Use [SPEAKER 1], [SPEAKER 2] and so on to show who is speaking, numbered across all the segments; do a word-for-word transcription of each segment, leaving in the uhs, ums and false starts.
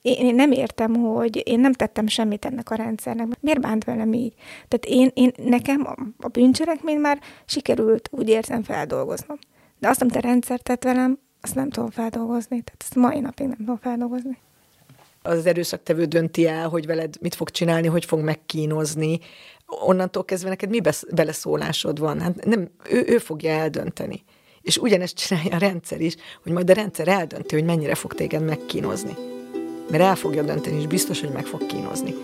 [SPEAKER 1] én, én nem értem, hogy én nem tettem semmit ennek a rendszernek. Miért bánt velem így? Tehát én, én nekem a, a bűncselekmény már sikerült, úgy érzem, feldolgoznom. De azt, amit a rendszer tett velem, azt nem tudom feldolgozni. Tehát ezt mai napig nem tudom feldolgozni.
[SPEAKER 2] Az erőszaktevő dönti el, hogy veled mit fog csinálni, hogy fog megkínozni. Onnantól kezdve neked mi beleszólásod van? Hát nem, ő, ő fogja eldönteni. És ugyanezt csinálja a rendszer is, hogy majd a rendszer eldönti, hogy mennyire fog téged megkínozni. Mert el fogja dönteni, és biztos, hogy meg fog kínozni.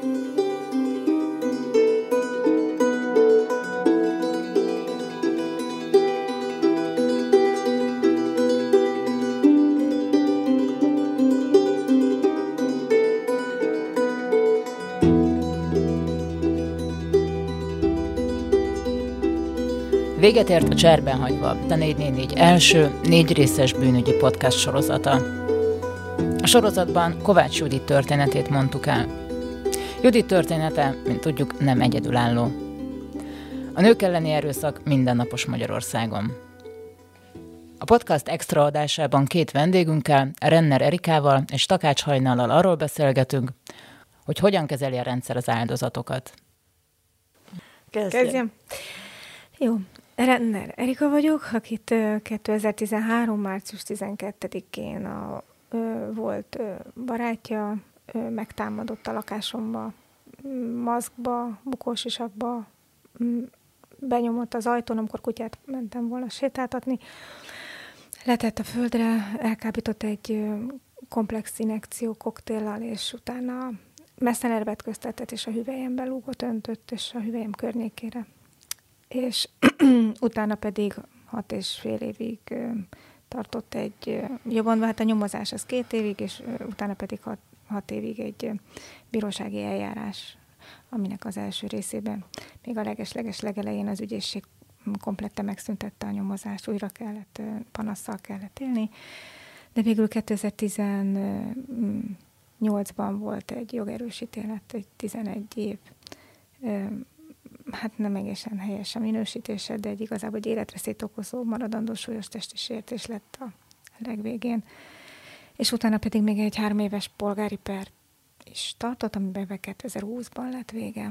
[SPEAKER 3] Véget ért a Cserben hagyva, a négy négy négy első négy részes bűnügyi podcast sorozata. A sorozatban Kovács Judit történetét mondtuk el. Judit története, mint tudjuk, nem egyedülálló. A nők elleni erőszak mindennapos Magyarországon. A podcast extra adásában két vendégünkkel, Renner Erikával és Takács Hajnallal arról beszélgetünk, hogy hogyan kezeli a rendszer az áldozatokat.
[SPEAKER 1] Kezdjem. Kezdjem. Jó. Renner Erika vagyok, akit kétezer-tizenhárom. március tizenkettedikén a, ö, volt ö, barátja, ö, megtámadott a lakásomba, maszkba, bukósisakba, benyomott az ajtón, amikor kutyát mentem volna sétáltatni, letett a földre, elkábított egy ö, komplex injekció koktéllal, és utána messzener vetköztetett, és a hüvelyembe lúgott, öntött, és a hüvelyem környékére. És utána pedig hat és fél évig ö, tartott egy, ö, jobban hát a nyomozás az két évig, és ö, utána pedig hat, hat évig egy ö, bírósági eljárás, aminek az első részében még a leges-leges legelején az ügyészség komplette megszüntette a nyomozást, újra kellett, ö, panasszal kellett élni, de végül kétezer-tizennyolcban volt egy jogerősítélet, egy tizenegy év, ö, hát nem egészen helyes a minősítése, de egy igazából egy életveszélyt okozó maradandó súlyos testi sértés lett a legvégén. És utána pedig még egy három éves polgári per is tartott, amiben kétezer-húszban lett vége.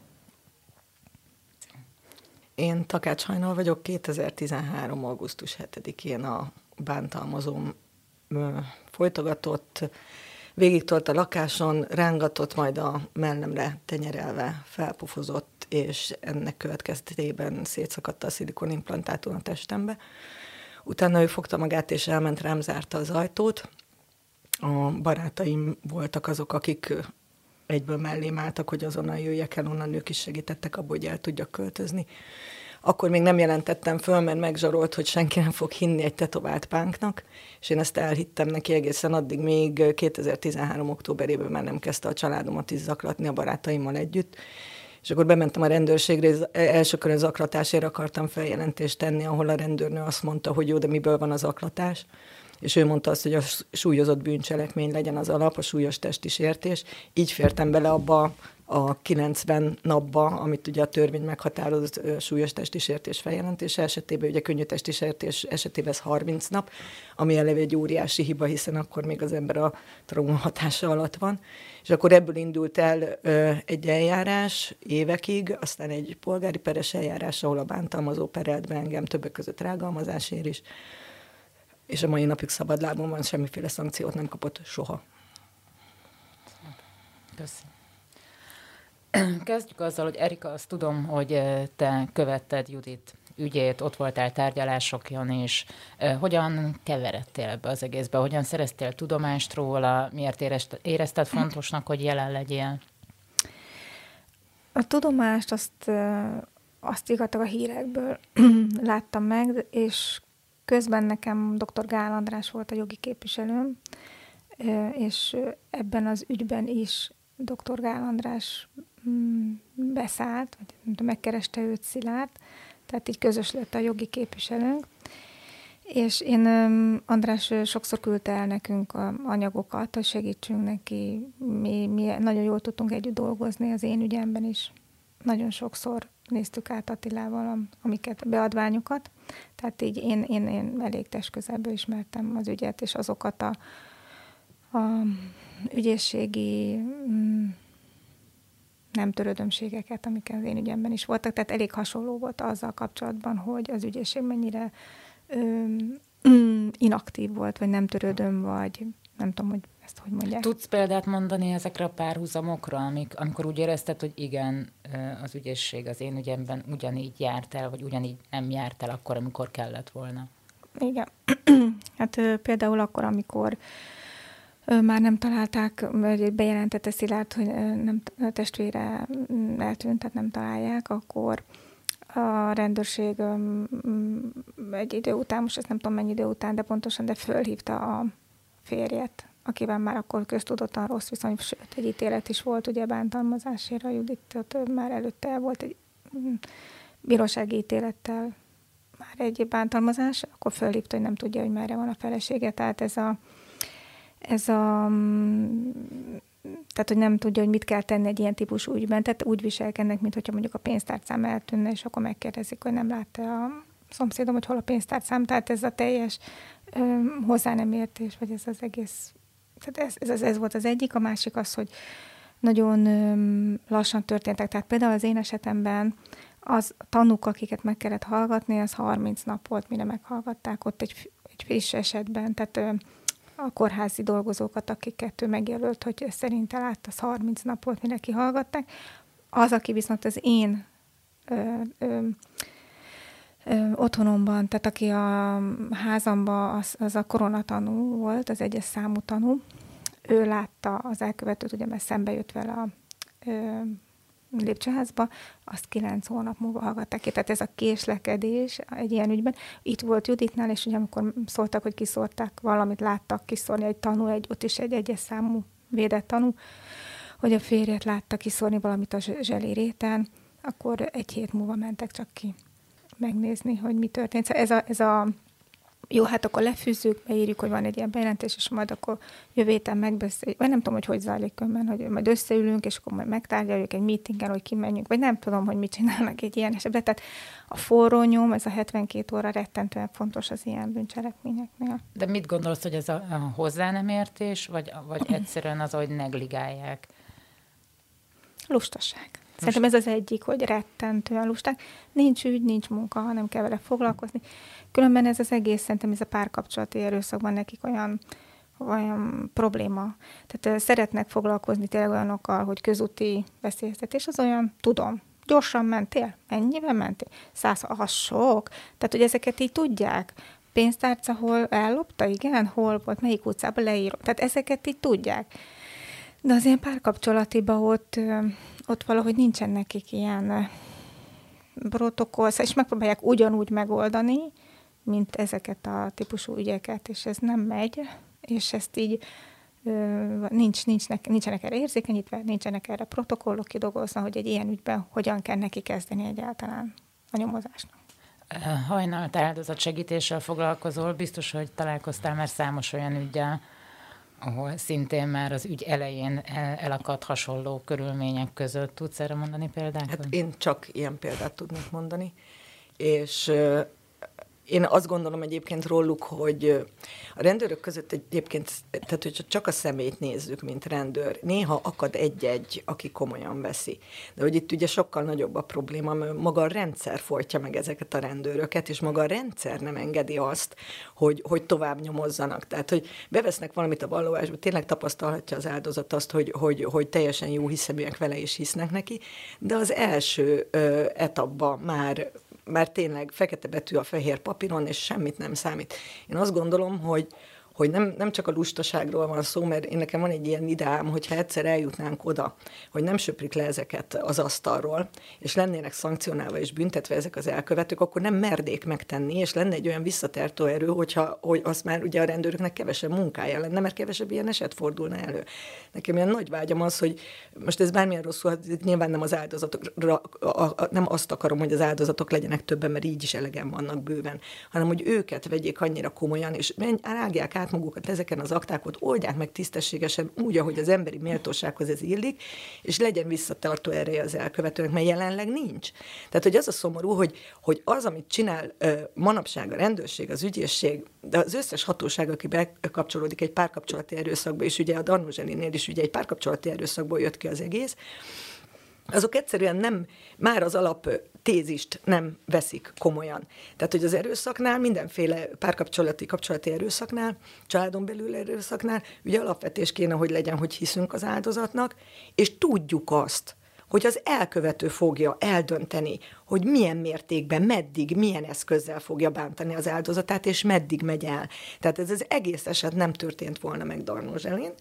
[SPEAKER 2] Én Takács Hajnal vagyok, kétezer-tizenhárom. augusztus hetedikén a bántalmazóm folytogatott, végigtolt a lakáson, rángatott, majd a mellemre tenyerelve felpufozott, és ennek következtében szétszakadt a szilikonimplantátum a testembe. Utána ő fogta magát, és elment rám, zárta az ajtót. A barátaim voltak azok, akik egyből mellém álltak, hogy azonnal jöjjek el, onnan ők is segítettek abból, hogy el tudjak költözni. Akkor még nem jelentettem föl, mert megzsarolt, hogy senki nem fog hinni egy tetovált pánknak, és én ezt elhittem neki egészen addig, még kétezer-tizenhárom. októberében már nem kezdte a családomat is zaklatni a barátaimmal együtt, és akkor bementem a rendőrségre, első körön zaklatásért akartam feljelentést tenni, ahol a rendőrnő azt mondta, hogy jó, de miből van az zaklatás, és ő mondta azt, hogy a súlyozott bűncselekmény legyen az alap, a súlyos testi sértés. Így fértem bele abba a kilencven napba, amit ugye a törvény meghatározott súlyos testi sértés feljelentése esetében, ugye könnyű testi sértés esetében ez harminc nap, ami eleve egy óriási hiba, hiszen akkor még az ember a trauma hatása alatt van. És akkor ebből indult el ö, egy eljárás évekig, aztán egy polgári peres eljárás, ahol a bántalmazó perelt be engem, többek között rágalmazásért is, és a mai napig szabadlábon van, semmiféle szankciót nem kapott soha.
[SPEAKER 3] Köszönöm. Kezdjük azzal, hogy Erika, azt tudom, hogy te követted Judit ügyét, ott voltál tárgyalásokon, és hogyan keveredtél ebbe az egészbe, hogyan szereztél tudomást róla, miért érezted fontosnak, hogy jelen legyél?
[SPEAKER 1] A tudomást azt, azt igazából a hírekből láttam meg, és közben nekem dr. Gál András volt a jogi képviselőm, és ebben az ügyben is dr. Gál András beszállt, vagy megkereste őt Szilárd, tehát így közös lett a jogi képviselőnk. És én, András sokszor küldte el nekünk a anyagokat, hogy segítsünk neki. Mi, mi nagyon jól tudtunk együtt dolgozni az én ügyemben is. Nagyon sokszor néztük át Attilával, amiket, beadványokat. Tehát így én, én, én elég testközelből ismertem az ügyet, és azokat a, a ügyészségi mm, nem törődömségeket, amik az én ügyemben is voltak, tehát elég hasonló volt azzal kapcsolatban, hogy az ügyészség mennyire ö, mm, inaktív volt, vagy nem törődöm, vagy nem tudom, hogy ezt hogy mondják.
[SPEAKER 3] Tudsz példát mondani ezekre a párhuzamokra, amik, amikor úgy érezted, hogy igen, az ügyészség az én ügyemben ugyanígy járt el, vagy ugyanígy nem járt el akkor, amikor kellett volna?
[SPEAKER 1] Igen. Hát például akkor, amikor már nem találták, vagy bejelentette Szilárd, hogy nem, a testvére eltűnt, tehát nem találják, akkor a rendőrség egy idő után, most ezt nem tudom mennyi idő után, de pontosan, de fölhívta a férjet, akivel már akkor köztudottan rossz viszony, sőt, egy ítélet is volt, ugye bántalmazásért a Juditot, már előtte volt egy bírósági ítélettel már egy bántalmazás, akkor fölhívta, hogy nem tudja, hogy merre van a felesége, tehát ez a ez a tehát, hogy nem tudja, hogy mit kell tenni egy ilyen típusú ügyben, tehát úgy viselkednek, mint hogyha mondjuk a pénztárcám eltűnne, és akkor megkérdezik, hogy nem látta a szomszédom, hogy hol a pénztárcám, tehát ez a teljes ö, hozzá nem értés, vagy ez az egész, tehát ez, ez, ez volt az egyik, a másik az, hogy nagyon ö, lassan történtek, tehát például az én esetemben az tanúk, akiket meg kellett hallgatni, az harminc nap volt, mire meghallgatták ott egy, egy friss esetben, tehát ö, a kórházi dolgozókat, akiket ő megjelölt, hogy szerinte látta, az harminc nap volt, mire kihallgatták. Az, aki viszont az én ö, ö, ö, otthonomban, tehát aki a házamban, az, az a koronatanú volt, az egyes számú tanú. Ő látta az elkövetőt, ugye, mert szembe jött vele a ö, lépcsőházba, azt kilenc hónap múlva hallgatták ki. Tehát ez a késlekedés egy ilyen ügyben. Itt volt Juditnál, és ugye amikor szóltak, hogy kiszórták valamit, láttak kiszórni egy tanú, egy, ott is egy egyes számú védett tanú, hogy a férjet látta kiszórni valamit a zseli réten, akkor egy hét múlva mentek csak ki megnézni, hogy mi történt. Szóval ez a, ez a jó, hát akkor lefűzzük, beírjuk, hogy van egy ilyen bejelentés, és majd akkor jövő héten megbeszéljük, vagy nem tudom, hogy hogy zajlik önben, hogy majd összeülünk, és akkor majd megtárgyaljuk egy meetingen, hogy kimenjünk, vagy nem tudom, hogy mit csinálnak egy ilyen esetben. Tehát a forró nyom, ez a hetvenkét óra rettentően fontos az ilyen bűncselekményeknél.
[SPEAKER 3] De mit gondolsz, hogy ez a, a hozzá nem értés, vagy, vagy egyszerűen az, hogy negligálják?
[SPEAKER 1] Lustaság. Szerintem ez az egyik, hogy rettentően lusták. Nincs ügy, nincs munka, hanem kell vele foglalkozni. Különben ez az egész, szerintem ez a párkapcsolati erőszakban nekik olyan, olyan probléma. Tehát szeretnek foglalkozni tényleg olyanokkal, hogy közúti veszélyeztetés, az olyan, tudom, gyorsan mentél? Ennyiben mentél? Száz, az sok. Tehát, hogy ezeket így tudják. Pénztárca, hol ellopta? Igen, hol volt? Melyik utcában leíró? Tehát ezeket így tudják. De az ilyen párkapcsolatiban ott, ott valahogy nincsen nekik ilyen protokoll, és megpróbálják ugyanúgy megoldani, mint ezeket a típusú ügyeket, és ez nem megy, és ezt így nincs, nincs, nincsenek erre érzékenyítve, nincsenek erre protokollok kidolgozva, hogy egy ilyen ügyben hogyan kell neki kezdeni egyáltalán a nyomozásnak.
[SPEAKER 3] Hajnalt áldozatsegítéssel foglalkozol, biztos, hogy találkoztál már számos olyan üggyel, ahol szintén már az ügy elején elakadt hasonló körülmények között. Tudsz erre mondani példákat?
[SPEAKER 2] Hát én csak ilyen példát tudnék mondani, és uh, én azt gondolom egyébként róluk, hogy a rendőrök között egyébként, tehát hogy csak a személyt nézzük, mint rendőr, néha akad egy-egy, aki komolyan veszi. De hogy itt ugye sokkal nagyobb a probléma, mert maga a rendszer folytja meg ezeket a rendőröket, és maga a rendszer nem engedi azt, hogy, hogy tovább nyomozzanak. Tehát, hogy bevesznek valamit a vallóásba, tényleg tapasztalhatja az áldozat azt, hogy, hogy, hogy teljesen jó hiszeműek vele, és hisznek neki, de az első ö, etapban már már tényleg fekete betű a fehér papíron, és semmit nem számít. Én azt gondolom, hogy, hogy nem, nem csak a lustaságról van szó, mert én nekem van egy ilyen ideám, hogyha egyszer eljutnánk oda, hogy nem söprik le ezeket az asztalról, és lennének szankcionálva és büntetve ezek az elkövetők, akkor nem merdék megtenni, és lenne egy olyan visszatartó erő, hogyha, hogy azt már ugye a rendőröknek kevesebb munkája lenne, mert kevesebb ilyen eset fordulna elő. Nekem ilyen nagy vágyam az, hogy most ez bármilyen rosszul, hát nyilván nem az áldozatokra, a, a, nem azt akarom, hogy az áldozatok legyenek többen, mert így is elegen vannak bőven, hanem hogy őket vegyék annyira komolyan, és menj, rágják át magukat ezeken az aktákon, oldják meg tisztességesen úgy, ahogy az emberi méltósághoz ez illik, és legyen visszatartó ereje az elkövetőnek, mert jelenleg nincs. Tehát, hogy az a szomorú, hogy, hogy az, amit csinál manapság a rendőrség, az ügyészség, de az összes hatóság, aki bekapcsolódik egy párkapcsolati erőszakba, és ugye a Danozselinél is ugye egy párkapcsolati erőszakból jött ki az egész, azok egyszerűen nem, már az alap tézist nem veszik komolyan. Tehát, hogy az erőszaknál, mindenféle párkapcsolati, kapcsolati erőszaknál, családon belül erőszaknál, ugye alapvetés kéne, hogy legyen, hogy hiszünk az áldozatnak, és tudjuk azt, hogy az elkövető fogja eldönteni, hogy milyen mértékben, meddig, milyen eszközzel fogja bántani az áldozatát, és meddig megy el. Tehát ez az egész eset nem történt volna meg Danozselin,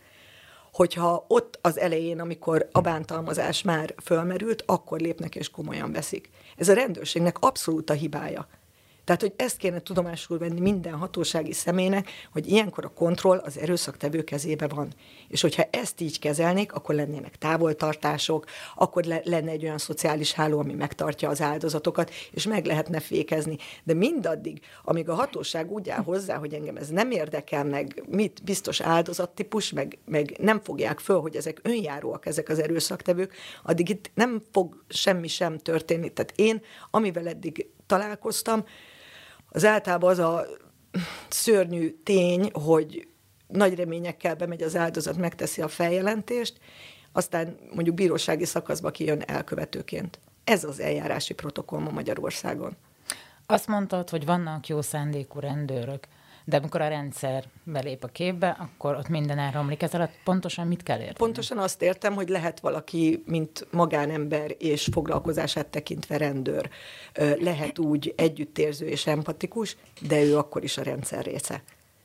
[SPEAKER 2] hogyha ott az elején, amikor a bántalmazás már fölmerült, akkor lépnek és komolyan veszik. Ez a rendőrségnek abszolút a hibája. Tehát, hogy ezt kéne tudomásul venni minden hatósági személynek, hogy ilyenkor a kontroll az erőszaktevő kezébe van. És hogyha ezt így kezelnék, akkor lennének távoltartások, akkor le- lenne egy olyan szociális háló, ami megtartja az áldozatokat, és meg lehetne fékezni. De mindaddig, amíg a hatóság úgy áll hozzá, hogy engem ez nem érdekel, meg mit biztos áldozattípus, meg, meg nem fogják föl, hogy ezek önjáróak, ezek az erőszaktevők, addig itt nem fog semmi sem történni. Tehát én, amivel eddig találkoztam, az általában az a szörnyű tény, hogy nagy reményekkel bemegy az áldozat, megteszi a feljelentést, aztán mondjuk bírósági szakaszba kijön elkövetőként. Ez az eljárási protokoll ma Magyarországon.
[SPEAKER 3] Azt mondtad, hogy vannak jó szándékú rendőrök, de amikor a rendszer belép a képbe, akkor ott minden elromlik. Ez alatt pontosan mit kell érteni?
[SPEAKER 2] Pontosan azt értem, hogy lehet valaki, mint magánember és foglalkozását tekintve rendőr, lehet úgy együttérző és empatikus, de ő akkor is a rendszer része.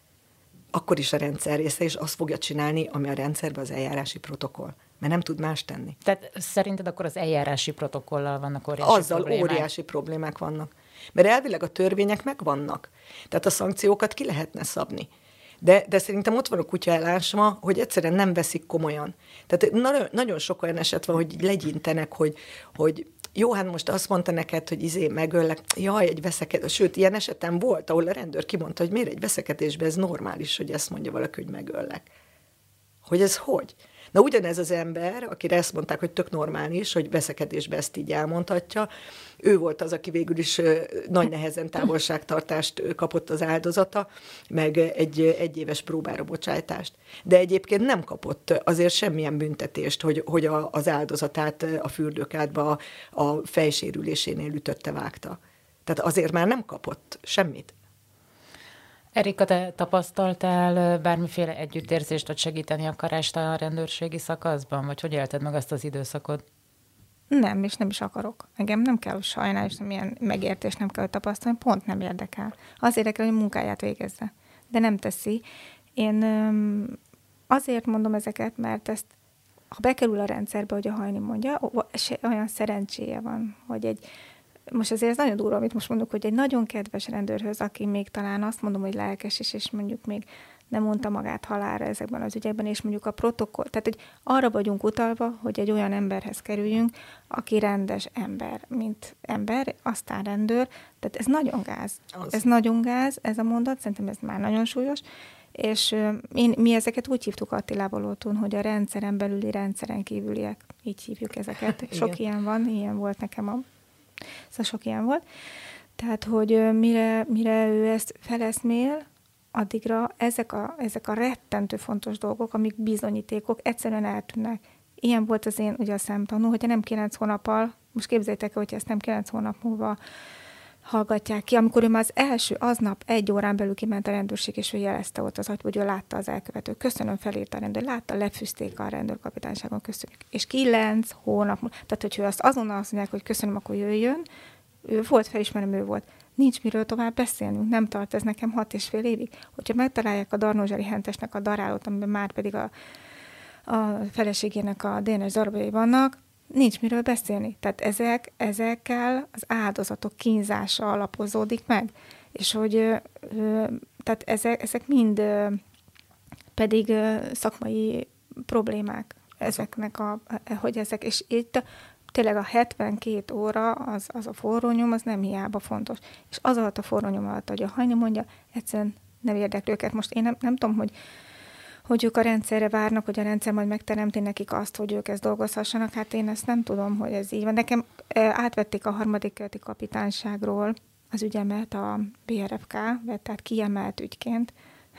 [SPEAKER 2] Akkor is a rendszer része, és azt fogja csinálni, ami a rendszerben az eljárási protokoll. Mert nem tud más tenni.
[SPEAKER 3] Tehát szerinted akkor az eljárási protokollal vannak óriási
[SPEAKER 2] Azzal
[SPEAKER 3] problémák?
[SPEAKER 2] óriási problémák vannak. Mert elvileg a törvények megvannak. Tehát a szankciókat ki lehetne szabni. De, de szerintem ott van a kutya elásva, hogy egyszerűen nem veszik komolyan. Tehát nagyon, nagyon sok olyan eset van, hogy legyintenek, hogy, hogy jó, hát most azt mondta neked, hogy izé megöllek, jaj, egy veszekedés. Sőt, ilyen esetem volt, ahol a rendőr kimondta, hogy miért egy veszekedésben ez normális, hogy ezt mondja valaki, hogy megöllek. Hogy ez hogy? Na ugyanez az ember, akire ezt mondták, hogy tök normális, hogy veszekedésben ezt így elmondhatja, ő volt az, aki végül is nagy nehezen távolságtartást kapott az áldozata, meg egy egyéves próbára bocsájtást. De egyébként nem kapott azért semmilyen büntetést, hogy, hogy a, az áldozatát a fürdőkádba a fejsérülésénél ütötte, vágta. Tehát azért már nem kapott semmit.
[SPEAKER 3] Erika, te tapasztaltál bármiféle együttérzést vagy segíteni akarást a rendőrségi szakaszban? Vagy hogy élted meg azt az időszakot?
[SPEAKER 1] Nem, és nem is akarok. Engem nem kell sajnálni, és ilyen megértés nem kell tapasztalni, pont nem érdekel. Az érdekel, hogy a munkáját végezze. De nem teszi. Én öm, azért mondom ezeket, mert ezt, ha bekerül a rendszerbe, hogy a Hajni mondja, olyan szerencséje van, hogy egy most azért ez nagyon durva, amit most mondok, hogy egy nagyon kedves rendőrhöz, aki még talán azt mondom, hogy lelkes is, és mondjuk még nem mondta magát halálra ezekben az ügyekben, és mondjuk a protokoll, tehát hogy arra vagyunk utalva, hogy egy olyan emberhez kerüljünk, aki rendes ember, mint ember, aztán rendőr, tehát ez nagyon gáz. Az. Ez nagyon gáz, ez a mondat, szerintem ez már nagyon súlyos, és én, mi ezeket úgy hívtuk Attilával otthon, hogy a rendszeren belüli, rendszeren kívüliek, így hívjuk ezeket. Sok ilyen van, ilyen volt nekem a Szóval sok ilyen volt. Tehát, hogy mire, mire ő ezt feleszmél, addigra ezek a, ezek a rettentő fontos dolgok, amik bizonyítékok egyszerűen eltűnnek. Ilyen volt az én ugye a szemtanú, hogyha nem kilenc hónappal, most képzeljétek el, hogyha ezt nem kilenc hónap múlva hallgatják ki, amikor ő már az első, aznap egy órán belül kiment a rendőrség, és ő jelezte ott az agy, hogy ő látta az elkövető. Köszönöm, felírta a rendőr, látta, lefűzték a rendőrkapitányságon, köszönjük. És kilenc hónap múlva, tehát hogyha ő azt azonnal azt mondják, hogy köszönöm, akkor jöjjön, ő volt, felismerem, ő volt. Nincs miről tovább beszélnünk, nem tart ez nekem hat és fél évig. Hogyha megtalálják a Darnózseli hentesnek a darálót, amiben már pedig a, a feleségének a dé en es darabjai vannak, nincs miről beszélni. Tehát ezek, ezekkel az áldozatok kínzása alapozódik meg. És hogy ö, tehát ezek, ezek mind ö, pedig ö, szakmai problémák ezeknek, a, hogy ezek, és itt tényleg a hetvenkét óra, az, az a forrónyom, az nem hiába fontos. És az alatt a forrónyom alatt, hogy a Hajni mondja, egyszerűen nem érdekli őket. Most én nem, nem tudom, hogy, hogy ők a rendszerre várnak, hogy a rendszer majd megteremti nekik azt, hogy ők ezt dolgozhassanak. Hát én ezt nem tudom, hogy ez így van. Nekem átvették a harmadik kerületi kapitányságról az ügyemet a bé er ef ká, tehát kiemelt ügyként.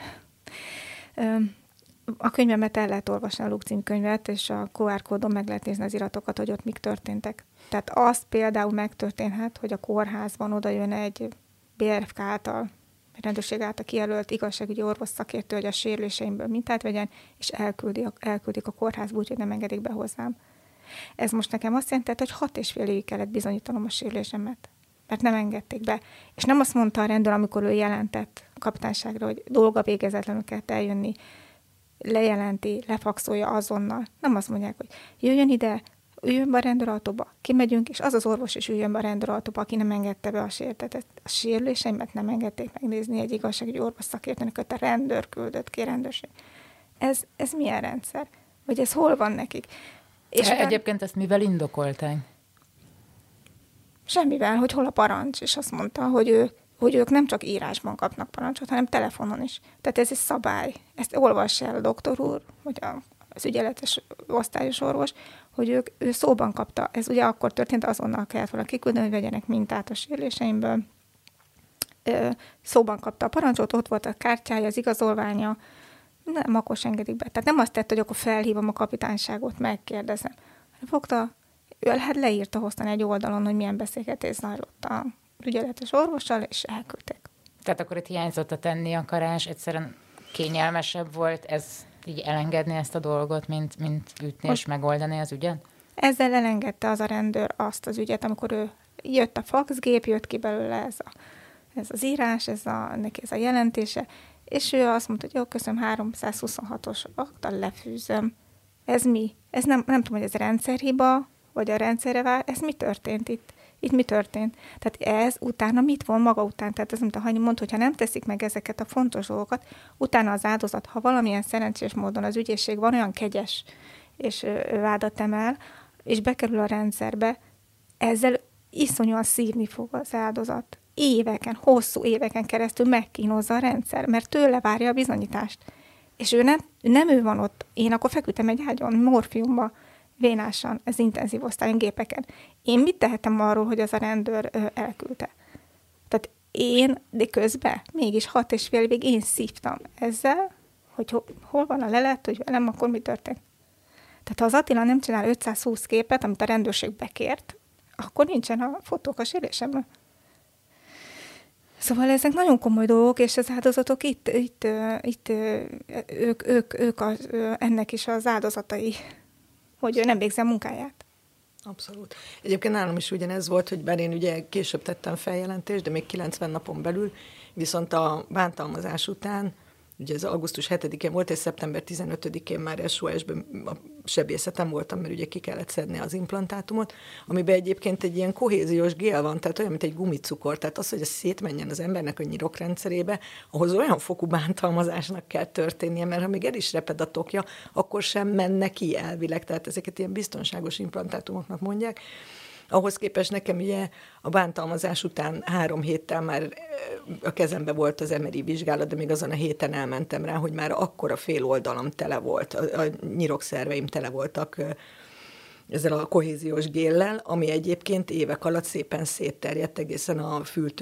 [SPEAKER 1] A könyvemet el lehet olvasni, a Luk című könyvet, és a kú er kódon meg lehet nézni az iratokat, hogy ott mik történtek. Tehát az például megtörténhet, hogy a kórházban oda jön egy bé er ef ká által, egy rendőrség által kijelölt igazságügyi orvos szakértő, hogy a sérüléseimből mintát vegyen, és elküldi, elküldik a kórházba, úgyhogy nem engedik be hozzám. Ez most nekem azt jelentett, hogy hat és fél évig kellett bizonyítanom a sérülésemet, mert nem engedték be. És nem azt mondta a rendőr, amikor ő jelentett a kapitányságra, hogy dolga végezetlenül kellett eljönni, lejelenti, lefaxolja azonnal. Nem azt mondják, hogy jöjjön ide, üljön be a rendőrautóba, kimegyünk, és az az orvos is üljön be a rendőrautóba, aki nem engedte be a sértetet. A sérüléseimet nem engedték megnézni egy igazságügyi orvos szakértőnek, a rendőr küldött ki, rendőrség. Ez, ez milyen rendszer? Vagy ez hol van nekik?
[SPEAKER 3] És egyébként ezt mivel indokolták?
[SPEAKER 1] Semmivel, hogy hol a parancs, és azt mondta, hogy ő hogy ők nem csak írásban kapnak parancsot, hanem telefonon is. Tehát ez egy szabály. Ezt olvassa el a doktor úr, vagy a, az ügyeletes osztályos orvos, hogy ők, ő szóban kapta. Ez ugye akkor történt, azonnal kellett volna kiküldeni, hogy vegyenek mintát a sérüléseimből. Szóban kapta a parancsot, ott volt a kártyája, az igazolványa, nem, akkor sem engedik be. Tehát nem azt tett, hogy akkor felhívom a kapitányságot, megkérdezem. Fogta, ő hát leírta hozzá egy oldalon, hogy milyen beszélgetés zajlott a ügyeletes orvossal, és elküldték.
[SPEAKER 3] Tehát akkor itt hiányzott a tenni akarás, egyszerűen kényelmesebb volt ez így elengedni ezt a dolgot, mint, mint ütni most és megoldani az ügyet?
[SPEAKER 1] Ezzel elengedte az a rendőr azt az ügyet, amikor ő jött a faxgép, jött ki belőle ez, a, ez az írás, ez a, neki ez a jelentése, és ő azt mondta, hogy jó, köszönöm, háromszázhuszonhatos akta, lefűzöm. Ez mi? Ez nem, nem tudom, hogy ez rendszerhiba, vagy a rendszerre vár, ez mi történt itt? Itt mi történt? Tehát ez utána mit von maga után? Tehát ez, mint a Hanyi mond, hogyha nem teszik meg ezeket a fontos dolgokat, utána az áldozat, ha valamilyen szerencsés módon az ügyészség van olyan kegyes, és ő vádat emel, és bekerül a rendszerbe, ezzel iszonyúan szívni fog az áldozat. Éveken, hosszú éveken keresztül megkínozza a rendszer, mert tőle várja a bizonyítást. És ő nem, nem ő van ott. Én akkor feküdtem egy ágyon, morfiumba, vénásan, ez intenzív osztályon gépeken. Én mit tehetem arról, hogy az a rendőr ö, elküldte? Tehát én, de közben mégis hat és fél évig én szívtam ezzel, hogy ho, hol van a lelet, hogy velem akkor mi történt. Tehát ha az Attila nem csinál ötszázhúsz képet, amit a rendőrség bekért, akkor nincsen a fotók a sérésemről. Szóval ezek nagyon komoly dolgok, és az áldozatok itt, itt, itt ők, ők, ők az, ennek is az áldozatai, hogy ő nem végzi a munkáját.
[SPEAKER 2] Abszolút. Egyébként nálam is ugyanez volt, hogy bár én ugye később tettem feljelentést, de még kilencven napon belül, viszont a bántalmazás után, ugye ez augusztus hetedikén volt, és szeptember tizenötödikén már es o es-ben a sebészetem voltam, mert ugye ki kellett szedni az implantátumot, amiben egyébként egy ilyen kohéziós gél van, tehát olyan, mint egy gumicukor, tehát az, hogy ez szétmenjen az embernek a nyirokrendszerébe, ahhoz olyan fokú bántalmazásnak kell történnie, mert ha még el is reped a tokja, akkor sem menne ki elvileg, tehát ezeket ilyen biztonságos implantátumoknak mondják. Ahhoz képest nekem ugye a bántalmazás után három héttel már a kezembe volt az em er i vizsgálat, de még azon a héten elmentem rá, hogy már akkora fél oldalam tele volt, a, a nyirokszerveim tele voltak ezzel a kohéziós géllel, ami egyébként évek alatt szépen szétterjedt egészen a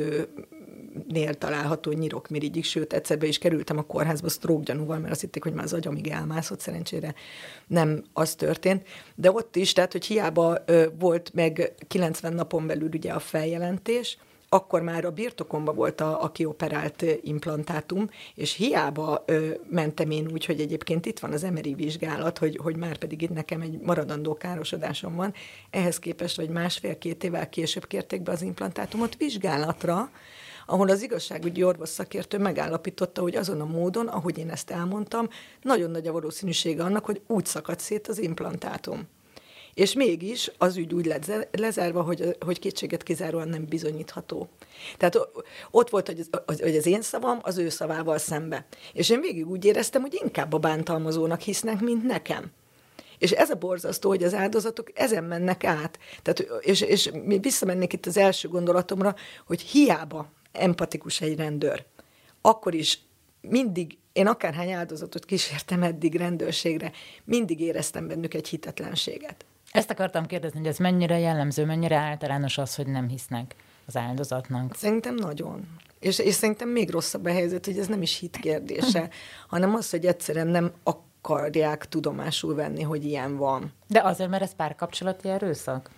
[SPEAKER 2] fültőnél található nyirokmirigyig, sőt egyszer be is kerültem a kórházba stroke gyanúval, mert azt hitték, hogy már az agyamig elmászott, szerencsére nem az történt. De ott is, tehát, hogy hiába ö, volt meg kilencven napon belül ugye a feljelentés, akkor már a birtokomban volt a, a kioperált implantátum, és hiába ö, mentem én úgy, hogy egyébként itt van az em er i vizsgálat, hogy, hogy már pedig itt nekem egy maradandó károsodásom van, ehhez képest, vagy másfél-két évvel később kérték be az implantátumot vizsgálatra, ahol az igazságügyi orvos szakértő megállapította, hogy azon a módon, ahogy én ezt elmondtam, nagyon nagy a valószínűsége annak, hogy úgy szakadt szét az implantátum. És mégis az ügy úgy lett lezárva, hogy, hogy kétséget kizáróan nem bizonyítható. Tehát ott volt, hogy az, hogy az én szavam az ő szavával szembe. És én végig úgy éreztem, hogy inkább a bántalmazónak hisznek, mint nekem. És ez a borzasztó, hogy az áldozatok ezen mennek át. Tehát, és, és mi visszamennék itt az első gondolatomra, hogy hiába empatikus egy rendőr, akkor is mindig, én akárhány áldozatot kísértem eddig rendőrségre, mindig éreztem bennük egy hitetlenséget.
[SPEAKER 3] Ezt akartam kérdezni, hogy ez mennyire jellemző, mennyire általános az, hogy nem hisznek az áldozatnak?
[SPEAKER 2] Szerintem nagyon. És, és szerintem még rosszabb a helyzet, hogy ez nem is hit kérdése, hanem az, hogy egyszerűen nem akarják tudomásul venni, hogy ilyen van.
[SPEAKER 3] De azért, mert ez párkapcsolati erőszak?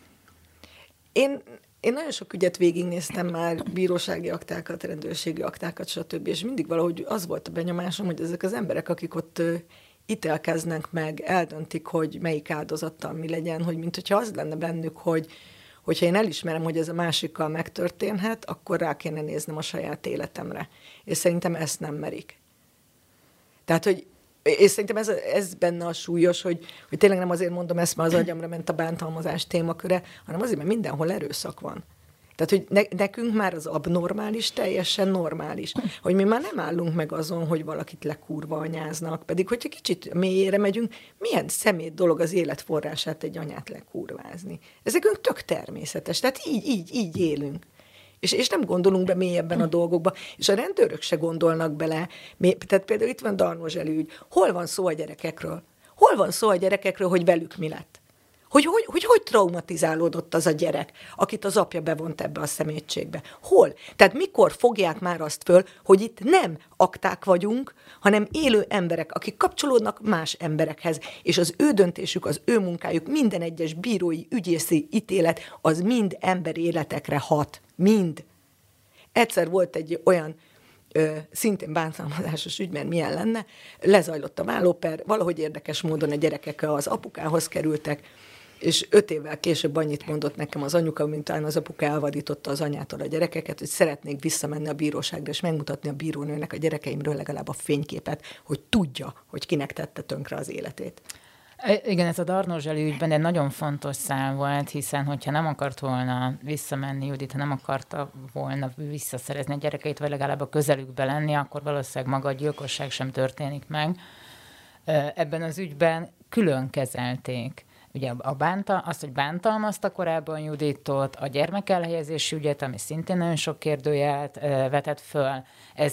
[SPEAKER 2] Én, én nagyon sok ügyet végignéztem már, bírósági aktákat, rendőrségi aktákat, stb. És mindig valahogy az volt a benyomásom, hogy ezek az emberek, akik ott ítélkeznek meg, eldöntik, hogy melyik áldozattal mi legyen, hogy mint hogyha az lenne bennük, hogy hogyha én elismerem, hogy ez a másikkal megtörténhet, akkor rá kéne néznem a saját életemre. És szerintem ezt nem merik. Tehát, hogy és szerintem ez, ez benne a súlyos, hogy, hogy tényleg nem azért mondom ezt, mert az agyamra ment a bántalmazás témaköre, hanem azért, mert mindenhol erőszak van. Tehát, hogy ne, nekünk már az abnormális teljesen normális. Hogy mi már nem állunk meg azon, hogy valakit lekurva anyáznak, pedig hogyha kicsit mélyére megyünk, milyen szemét dolog az élet forrását egy anyát lekurvázni. Ezekünk tök természetes, tehát így, így, így élünk. És, és nem gondolunk be mélyebben a dolgokba, és a rendőrök se gondolnak bele. Tehát például itt van Darnó Zseli ügy. Hol van szó a gyerekekről? Hol van szó a gyerekekről, hogy velük mi lett? Hogy hogy, hogy hogy traumatizálódott az a gyerek, akit az apja bevont ebbe a szemétségbe? Hol? Tehát mikor fogják már azt föl, hogy itt nem akták vagyunk, hanem élő emberek, akik kapcsolódnak más emberekhez, és az ő döntésük, az ő munkájuk, minden egyes bírói, ügyészi ítélet, az mind emberéletekre hat. Mind. Egyszer volt egy olyan Ö, szintén bántalmazásos ügy, mert milyen lenne, lezajlott a vállóper, valahogy érdekes módon a gyerekek az apukához kerültek, és öt évvel később annyit mondott nekem az anyuka, mint az apuka elvadította az anyától a gyerekeket, hogy szeretnék visszamenni a bíróságra, és megmutatni a bírónőnek a gyerekeimről legalább a fényképet, hogy tudja, hogy kinek tette tönkre az életét.
[SPEAKER 3] Igen, ez a Darnó Zseli ügyben egy nagyon fontos szál volt, hiszen hogyha nem akart volna visszamenni Judit, ha nem akarta volna visszaszerezni a gyerekeit, vagy legalább a közelükbe lenni, akkor valószínűleg maga a gyilkosság sem történik meg. Ebben az ügyben külön kezelték. Ugye a bánta, azt, hogy bántalmazta korábban Juditot, a gyermekelhelyezési ügyet, ami szintén nagyon sok kérdőjelet vetett föl. Ez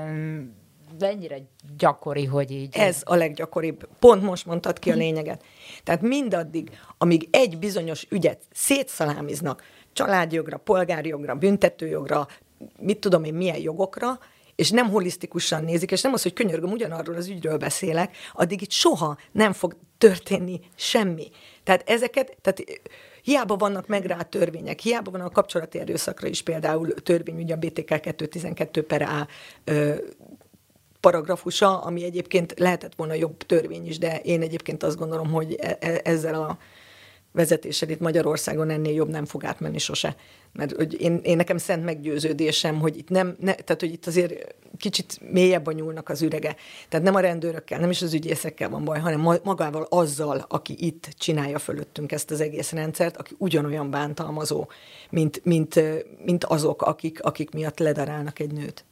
[SPEAKER 3] de ennyire gyakori, hogy így...
[SPEAKER 2] Ez a leggyakoribb. Pont most mondtad ki a lényeget. Tehát mindaddig, amíg egy bizonyos ügyet szétszalámiznak családjogra, polgárjogra, büntetőjogra, mit tudom én, milyen jogokra, és nem holisztikusan nézik, és nem az, hogy könyörgöm, ugyanarról az ügyről beszélek, addig itt soha nem fog történni semmi. Tehát ezeket... Tehát hiába vannak meg rá törvények, hiába van a kapcsolati erőszakra is például törvény, ugye a bé té ká kétszáztizenkettő per á ö, paragrafusa, ami egyébként lehetett volna jobb törvény is, de én egyébként azt gondolom, hogy e- ezzel a vezetéssel itt Magyarországon ennél jobb nem fog átmenni sose. Mert hogy én, én nekem szent meggyőződésem, hogy itt nem, ne, tehát hogy itt azért kicsit mélyebben nyúlnak az ürege. Tehát nem a rendőrökkel, nem is az ügyészekkel van baj, hanem magával azzal, aki itt csinálja fölöttünk ezt az egész rendszert, aki ugyanolyan bántalmazó, mint, mint, mint azok, akik, akik miatt ledarálnak egy nőt.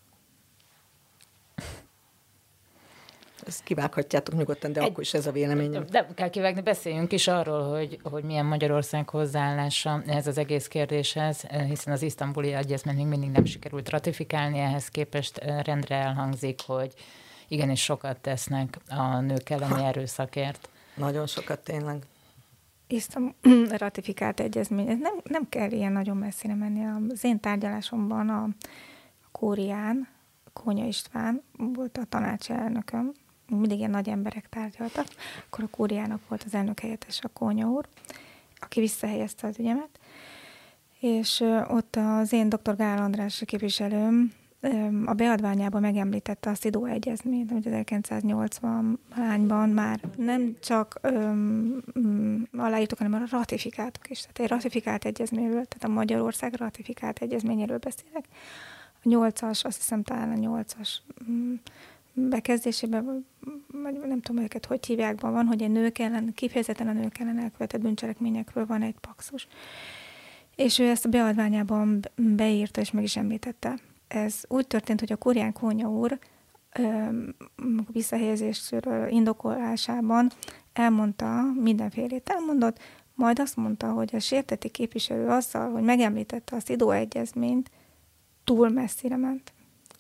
[SPEAKER 2] Ezt kivághatjátok nyugodtan, de egy, akkor is ez a véleményem.
[SPEAKER 3] De kell kivágni, beszéljünk is arról, hogy, hogy milyen Magyarország hozzáállása ehhez az egész kérdéshez, hiszen az isztambuli egyezményt még mindig nem sikerült ratifikálni, ehhez képest rendre elhangzik, hogy igenis sokat tesznek a nők elleni erőszakért.
[SPEAKER 2] Nagyon sokat tényleg.
[SPEAKER 1] Isztambul ratifikált egyezmény. Nem, nem kell ilyen nagyon messzire menni. Az én tárgyalásomban a Kórián, Kónya István volt a tanácselnököm, mindig ilyen nagy emberek tárgyaltak, akkor a Kóriának volt az elnök helyettes, a Kónya úr, aki visszahelyezte az ügyemet, és ott az én dr. Gál András képviselőm a beadványában megemlítette a SZIDO egyezményt, amit ezerkilencszáznyolcvanban már nem csak öm, öm, aláírtuk, hanem ratifikáltuk is. Tehát egy ratifikált egyezményről, tehát a Magyarország ratifikált egyezményéről beszélek. A nyolcas, azt hiszem talán a nyolcas bekezdésében, vagy nem tudom őket, hogy hívják, van, hogy egy nők ellen, kifejezetten a nők ellen elkövetett bűncselekményekről van egy paxus. És ő ezt a beadványában beírta, és meg is említette. Ez úgy történt, hogy a Kórián Kónya úr visszahelyezésről indokolásában elmondta, mindenfélét elmondott, majd azt mondta, hogy a sérteti képviselő azzal, hogy megemlítette a SZIDO egyezményt, túl messzire ment.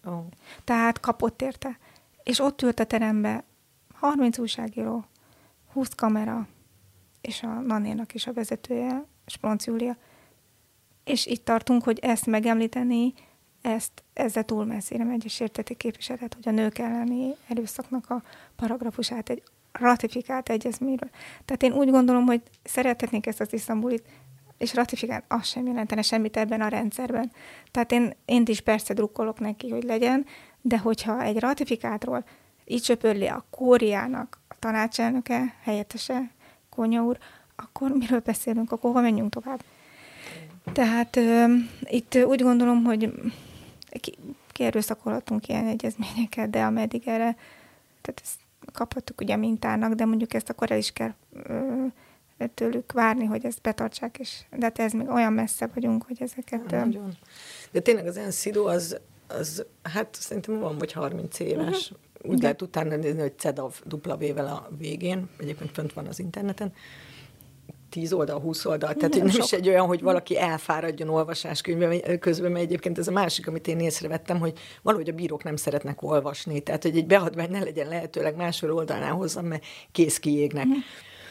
[SPEAKER 1] Oh. Tehát kapott érte. És ott ült a terembe harminc újságíró, húsz kamera, és a Nanénak is a vezetője, Splonc Júlia. És itt tartunk, hogy ezt megemlíteni, ezt, ezzel túl messzire megy, és érteti képviselet, hogy a nők elleni erőszaknak a paragrafusát egy ratifikált egyezményről. Tehát én úgy gondolom, hogy szerethetnénk ezt az isztambulit, és ratifikálni azt sem jelentene semmit ebben a rendszerben. Tehát én, én is persze drukkolok neki, hogy legyen, de hogyha egy ratifikátról így söpörli a Kóriának a tanácselnöke, helyettese, Kónya úr, akkor miről beszélünk, akkor hova menjünk tovább? Tehát uh, itt úgy gondolom, hogy kierőszakolhatunk ilyen egyezményeket, de ameddig erre, tehát ezt kaphattuk ugye mintának, de mondjuk ezt akkor el is kell uh, tőlük várni, hogy ezt betartsák, és de hát ez még olyan messze vagyunk, hogy ezeket...
[SPEAKER 2] Ja, nagyon. De tényleg az ENSZIDO az, az, hát szerintem van, vagy harminc éves. Uh-huh. Úgy de. Lehet utána nézni, hogy CEDAW dupla vével a végén, egyébként fönt van az interneten, tíz oldal, húsz oldal, tehát nem, nem is egy olyan, hogy valaki elfáradjon olvasáskönyvben közben, mert egyébként ez a másik, amit én észrevettem, hogy valahogy a bírók nem szeretnek olvasni, tehát hogy egy beadvány ne legyen lehetőleg másfél oldalnál hozzam, mert kész kiégnek. Mm.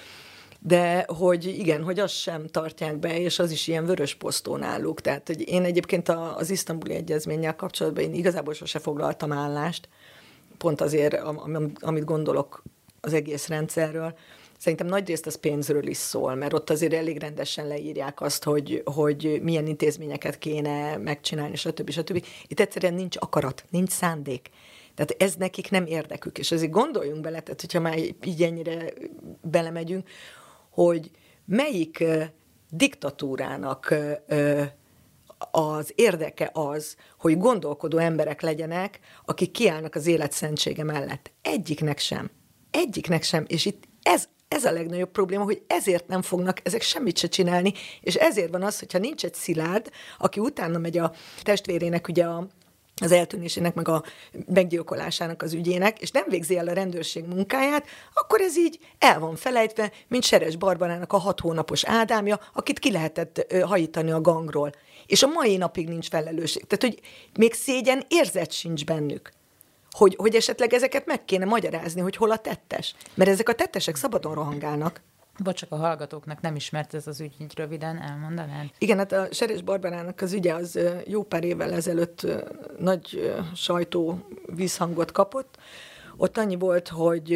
[SPEAKER 2] De hogy igen, hogy azt sem tartják be, és az is ilyen vörös posztó náluk. Tehát hogy én egyébként az isztambuli egyezménnyel kapcsolatban én igazából sose foglaltam állást, pont azért, am, amit gondolok az egész rendszerről. Szerintem nagyrészt az pénzről is szól, mert ott azért elég rendesen leírják azt, hogy, hogy milyen intézményeket kéne megcsinálni, stb. stb. Itt egyszerűen nincs akarat, nincs szándék. Tehát ez nekik nem érdekük. És azért gondoljunk bele, tehát hogyha már így ennyire belemegyünk, hogy melyik uh, diktatúrának uh, az érdeke az, hogy gondolkodó emberek legyenek, akik kiállnak az élet szentsége mellett. Egyiknek sem. Egyiknek sem. És itt ez Ez a legnagyobb probléma, hogy ezért nem fognak ezek semmit se csinálni, és ezért van az, hogyha nincs egy Szilárd, aki utána megy a testvérének, ugye a, az eltűnésének, meg a meggyilkolásának az ügyének, és nem végzi el a rendőrség munkáját, akkor ez így el van felejtve, mint Seres Barbarának a hat hónapos Ádámja, akit ki lehetett ö, hajítani a gangról. És a mai napig nincs felelősség. Tehát, hogy még szégyen érzet sincs bennük. Hogy, hogy esetleg ezeket meg kéne magyarázni, hogy hol a tettes. Mert ezek a tettesek szabadon rohangálnak.
[SPEAKER 3] Bocs, csak a hallgatóknak nem ismert ez az ügy, így röviden elmondanád?
[SPEAKER 2] Igen, hát a Seres Barbarának az ügye az jó pár évvel ezelőtt nagy sajtó vízhangot kapott. Ott annyi volt, hogy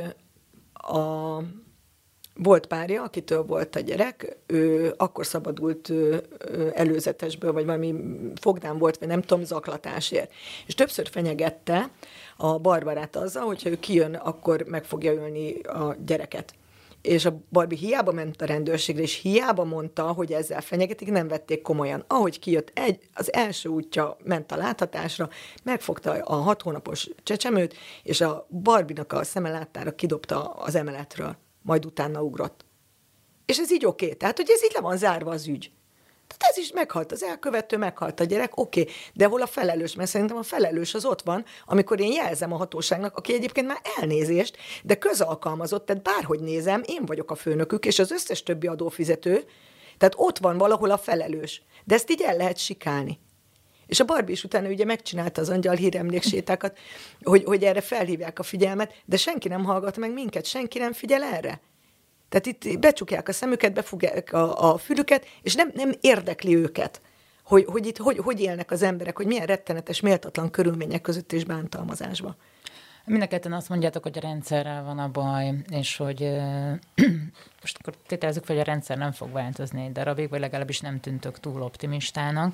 [SPEAKER 2] a volt párja, akitől volt a gyerek, ő akkor szabadult előzetesből, vagy valami fogdán volt, vagy nem tudom, zaklatásért. És többször fenyegette a Barbarát azzal, hogyha ő kijön, akkor meg fogja ölni a gyereket. És a Barbie hiába ment a rendőrségre, és hiába mondta, hogy ezzel fenyegetik, nem vették komolyan. Ahogy kijött, egy, az első útja ment a láthatásra, megfogta a hat hónapos csecsemőt, és a Barbie-nak a szeme láttára kidobta az emeletről. Majd utána ugrott. És ez így oké, okay. Tehát, hogy ez így le van zárva az ügy. Tehát ez is meghalt az elkövető, meghalt a gyerek, oké, okay. De hol a felelős? Mert szerintem a felelős az ott van, amikor én jelzem a hatóságnak, aki egyébként már elnézést, de közalkalmazott, tehát bárhogy nézem, én vagyok a főnökük, és az összes többi adófizető, tehát ott van valahol a felelős. De ezt így el lehet sikálni. És a Barbie is utána ugye megcsinálta az angyal híremléksétákat, hogy, hogy erre felhívják a figyelmet, de senki nem hallgat meg minket, senki nem figyel erre. Tehát itt becsukják a szemüket, befogják a, a fülüket, és nem, nem érdekli őket, hogy, hogy itt hogy, hogy élnek az emberek, hogy milyen rettenetes, méltatlan körülmények között és bántalmazásban.
[SPEAKER 3] Mind a ketten azt mondjátok, hogy a rendszerrel van a baj, és hogy euh, most akkor tételezzük fel, hogy a rendszer nem fog változni, de darabig, vagy legalábbis nem tűntök túl optimistának.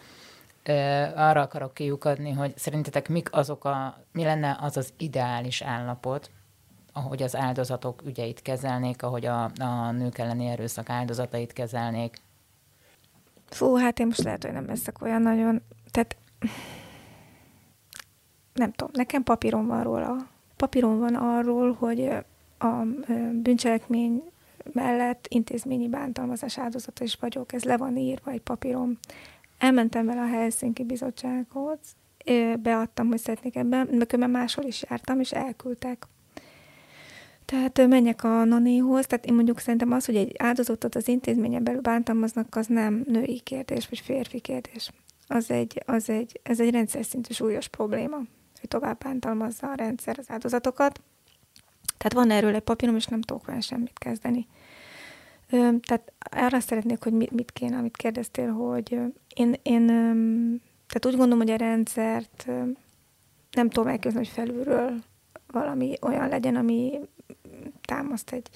[SPEAKER 3] Arra akarok kiukadni, hogy szerintetek mik azok a, mi lenne az az ideális állapot, ahogy az áldozatok ügyeit kezelnék, ahogy a, a nők elleni erőszak áldozatait kezelnék?
[SPEAKER 1] Fú, hát én most lehet, hogy nem leszek olyan nagyon, tehát nem tudom, nekem papíron van róla. Papíron van arról, hogy a bűncselekmény mellett intézményi bántalmazás áldozata is vagyok. Ez le van írva egy papíron. Elmentem vele a Helsinki bizottsághoz, beadtam, hogy szeretnék ebben, de különben máshol is jártam, és elküldtek. Tehát menjek a Nanéhoz, tehát én mondjuk szerintem az, hogy egy áldozatot az intézményen belül bántalmaznak, az nem női kérdés, vagy férfi kérdés. az egy, az egy, ez egy rendszer szintű súlyos probléma, hogy tovább bántalmazza a rendszer az áldozatokat. Tehát van erről egy papírom, és nem tudok vele semmit kezdeni. Ö, tehát arra szeretnék, hogy mit, mit kéne, amit kérdeztél, hogy ö, én, én ö, tehát úgy gondolom, hogy a rendszert ö, nem tudom elképzelni, hogy felülről valami olyan legyen, ami támaszt egy,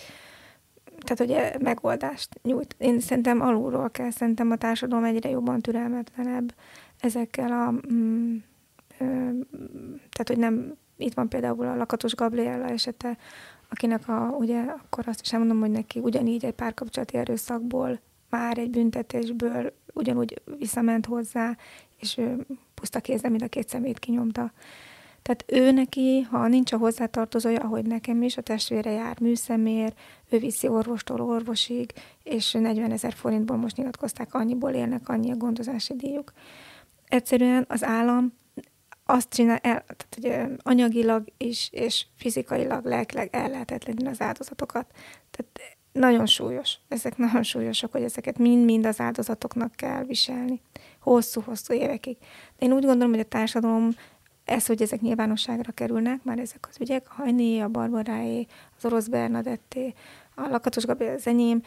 [SPEAKER 1] tehát hogy megoldást nyújt. Én szerintem alulról kell, szerintem a társadalom egyre jobban türelmetlenebb ezekkel a, mm, ö, tehát hogy nem, itt van például a Lakatos Gabriella esete, akinek a, ugye, akkor azt is elmondom, hogy neki ugyanígy egy párkapcsolati erőszakból, már egy büntetésből ugyanúgy visszament hozzá, és ő puszta kézzel, mint a két szemét kinyomta. Tehát ő neki, ha nincs a hozzátartozója, ahogy nekem is, a testvére jár műszemér, ő viszi orvostól orvosig, és negyvenezer forintból most nyilatkozták, annyiból élnek, annyi a gondozási díjuk. Egyszerűen az állam azt csinál, el, tehát, hogy anyagilag is, és fizikailag, lelkileg ellehetetlenül az áldozatokat. Tehát nagyon súlyos. Ezek nagyon súlyosak, hogy ezeket mind-mind az áldozatoknak kell viselni. Hosszú-hosszú évekig. De én úgy gondolom, hogy a társadalom ez, hogy ezek nyilvánosságra kerülnek, már ezek az ügyek, a Hajné, a Barbaráé, az Orosz Bernadetté, a Lakatos Gabi, az enyém,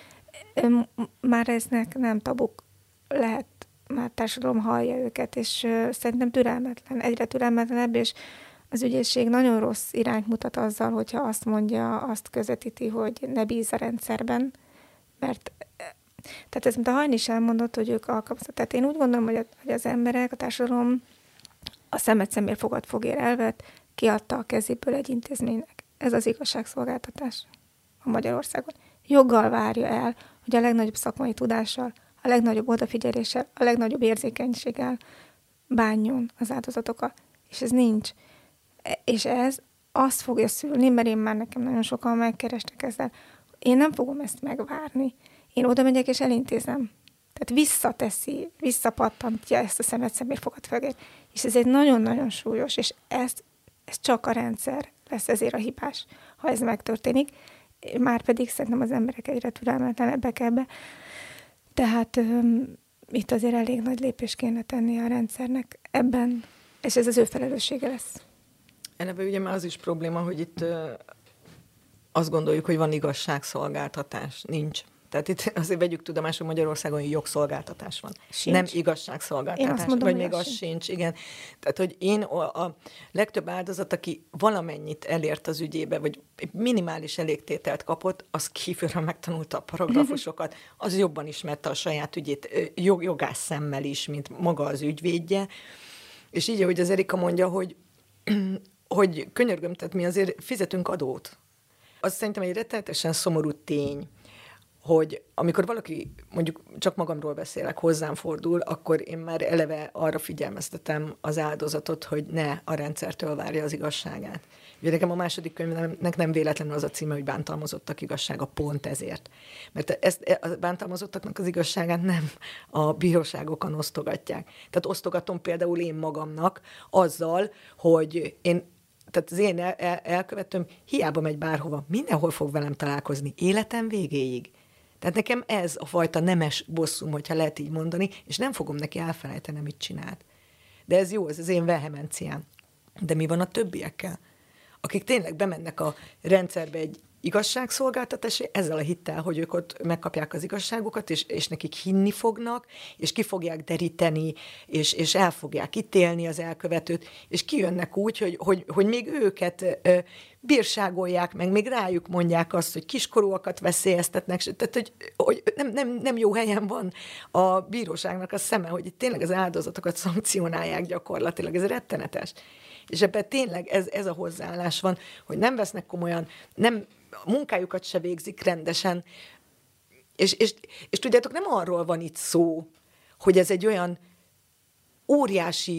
[SPEAKER 1] már eznek nem tabuk lehet, már társadalom hallja őket, és szerintem türelmetlen, egyre türelmetlenebb, és az ügyészség nagyon rossz irányt mutat azzal, hogyha azt mondja, azt közvetíti, hogy ne bízz a rendszerben, mert tehát ez, mint a Hajni is elmondott, hogy ők alkalmazottak. Tehát én úgy gondolom, hogy, a, hogy az emberek, a társadalom a szemet szemér fogad fogér elvet kiadta a kezéből egy intézménynek. Ez az igazságszolgáltatás a Magyarországon. Joggal várja el, hogy a legnagyobb szakmai tudással, a legnagyobb odafigyeléssel, a legnagyobb érzékenységgel bánjon az áldozatokkal. És ez nincs. És ez azt fogja szülni, mert én már nekem nagyon sokan megkerestek ezzel. Én nem fogom ezt megvárni. Én oda megyek és elintézem. Tehát visszateszi, visszapattantja ezt a szemet szemér fogad fogér. És ez egy nagyon-nagyon súlyos, és ez, ez csak a rendszer lesz ezért a hibás, ha ez megtörténik. Már pedig szerintem az emberek egyre türelmetlenebbek ebbe. Tehát um, itt azért elég nagy lépés kéne tenni a rendszernek ebben, és ez az ő felelőssége lesz.
[SPEAKER 2] Eleve ugye már az is probléma, hogy itt uh, azt gondoljuk, hogy van igazságszolgáltatás. Nincs. Tehát itt azért vegyük tudomásul, Magyarországon jogszolgáltatás van. Sincs. Nem igazságszolgáltatás. Mondom, vagy még az sincs. sincs. Igen. Tehát, hogy én a, a legtöbb áldozat, aki valamennyit elért az ügyébe, vagy minimális elégtételt kapott, az kívülről megtanulta a paragrafusokat, az jobban ismerte a saját ügyét jog, jogász szemmel is, mint maga az ügyvédje. És így, ahogy az Erika mondja, hogy, hogy könyörgöm, tehát mi azért fizetünk adót. Az szerintem egy rettenetesen szomorú tény, hogy amikor valaki, mondjuk csak magamról beszélek, hozzám fordul, akkor én már eleve arra figyelmeztetem az áldozatot, hogy ne a rendszertől várja az igazságát. Ugye nekem a második könyvnek nem véletlenül az a címe, hogy Bántalmazottak igazsága, pont ezért. Mert ezt, a bántalmazottaknak az igazságát nem a bíróságokon osztogatják. Tehát osztogatom például én magamnak azzal, hogy én tehát az én el, el, elkövetőm hiába megy bárhova, mindenhol fog velem találkozni, életem végéig. Tehát nekem ez a fajta nemes bosszum, hogyha lehet így mondani, és nem fogom neki elfelejteni, mit csinált. De ez jó, ez az én vehemenciám. De mi van a többiekkel? Akik tényleg bemennek a rendszerbe egy igazságszolgáltatásra, ezzel a hittel, hogy ők ott megkapják az igazságukat, és, és nekik hinni fognak, és ki fogják deríteni, és, és el fogják ítélni az elkövetőt, és kijönnek úgy, hogy, hogy, hogy még őket ö, bírságolják meg, még rájuk mondják azt, hogy kiskorúakat veszélyeztetnek, tehát hogy, hogy nem, nem, nem jó helyen van a bíróságnak a szeme, hogy itt tényleg az áldozatokat szankcionálják gyakorlatilag, ez rettenetes. És ebben tényleg ez, ez a hozzáállás van, hogy nem vesznek komolyan, nem, a munkájukat se végzik rendesen, és, és, és tudjátok, nem arról van itt szó, hogy ez egy olyan óriási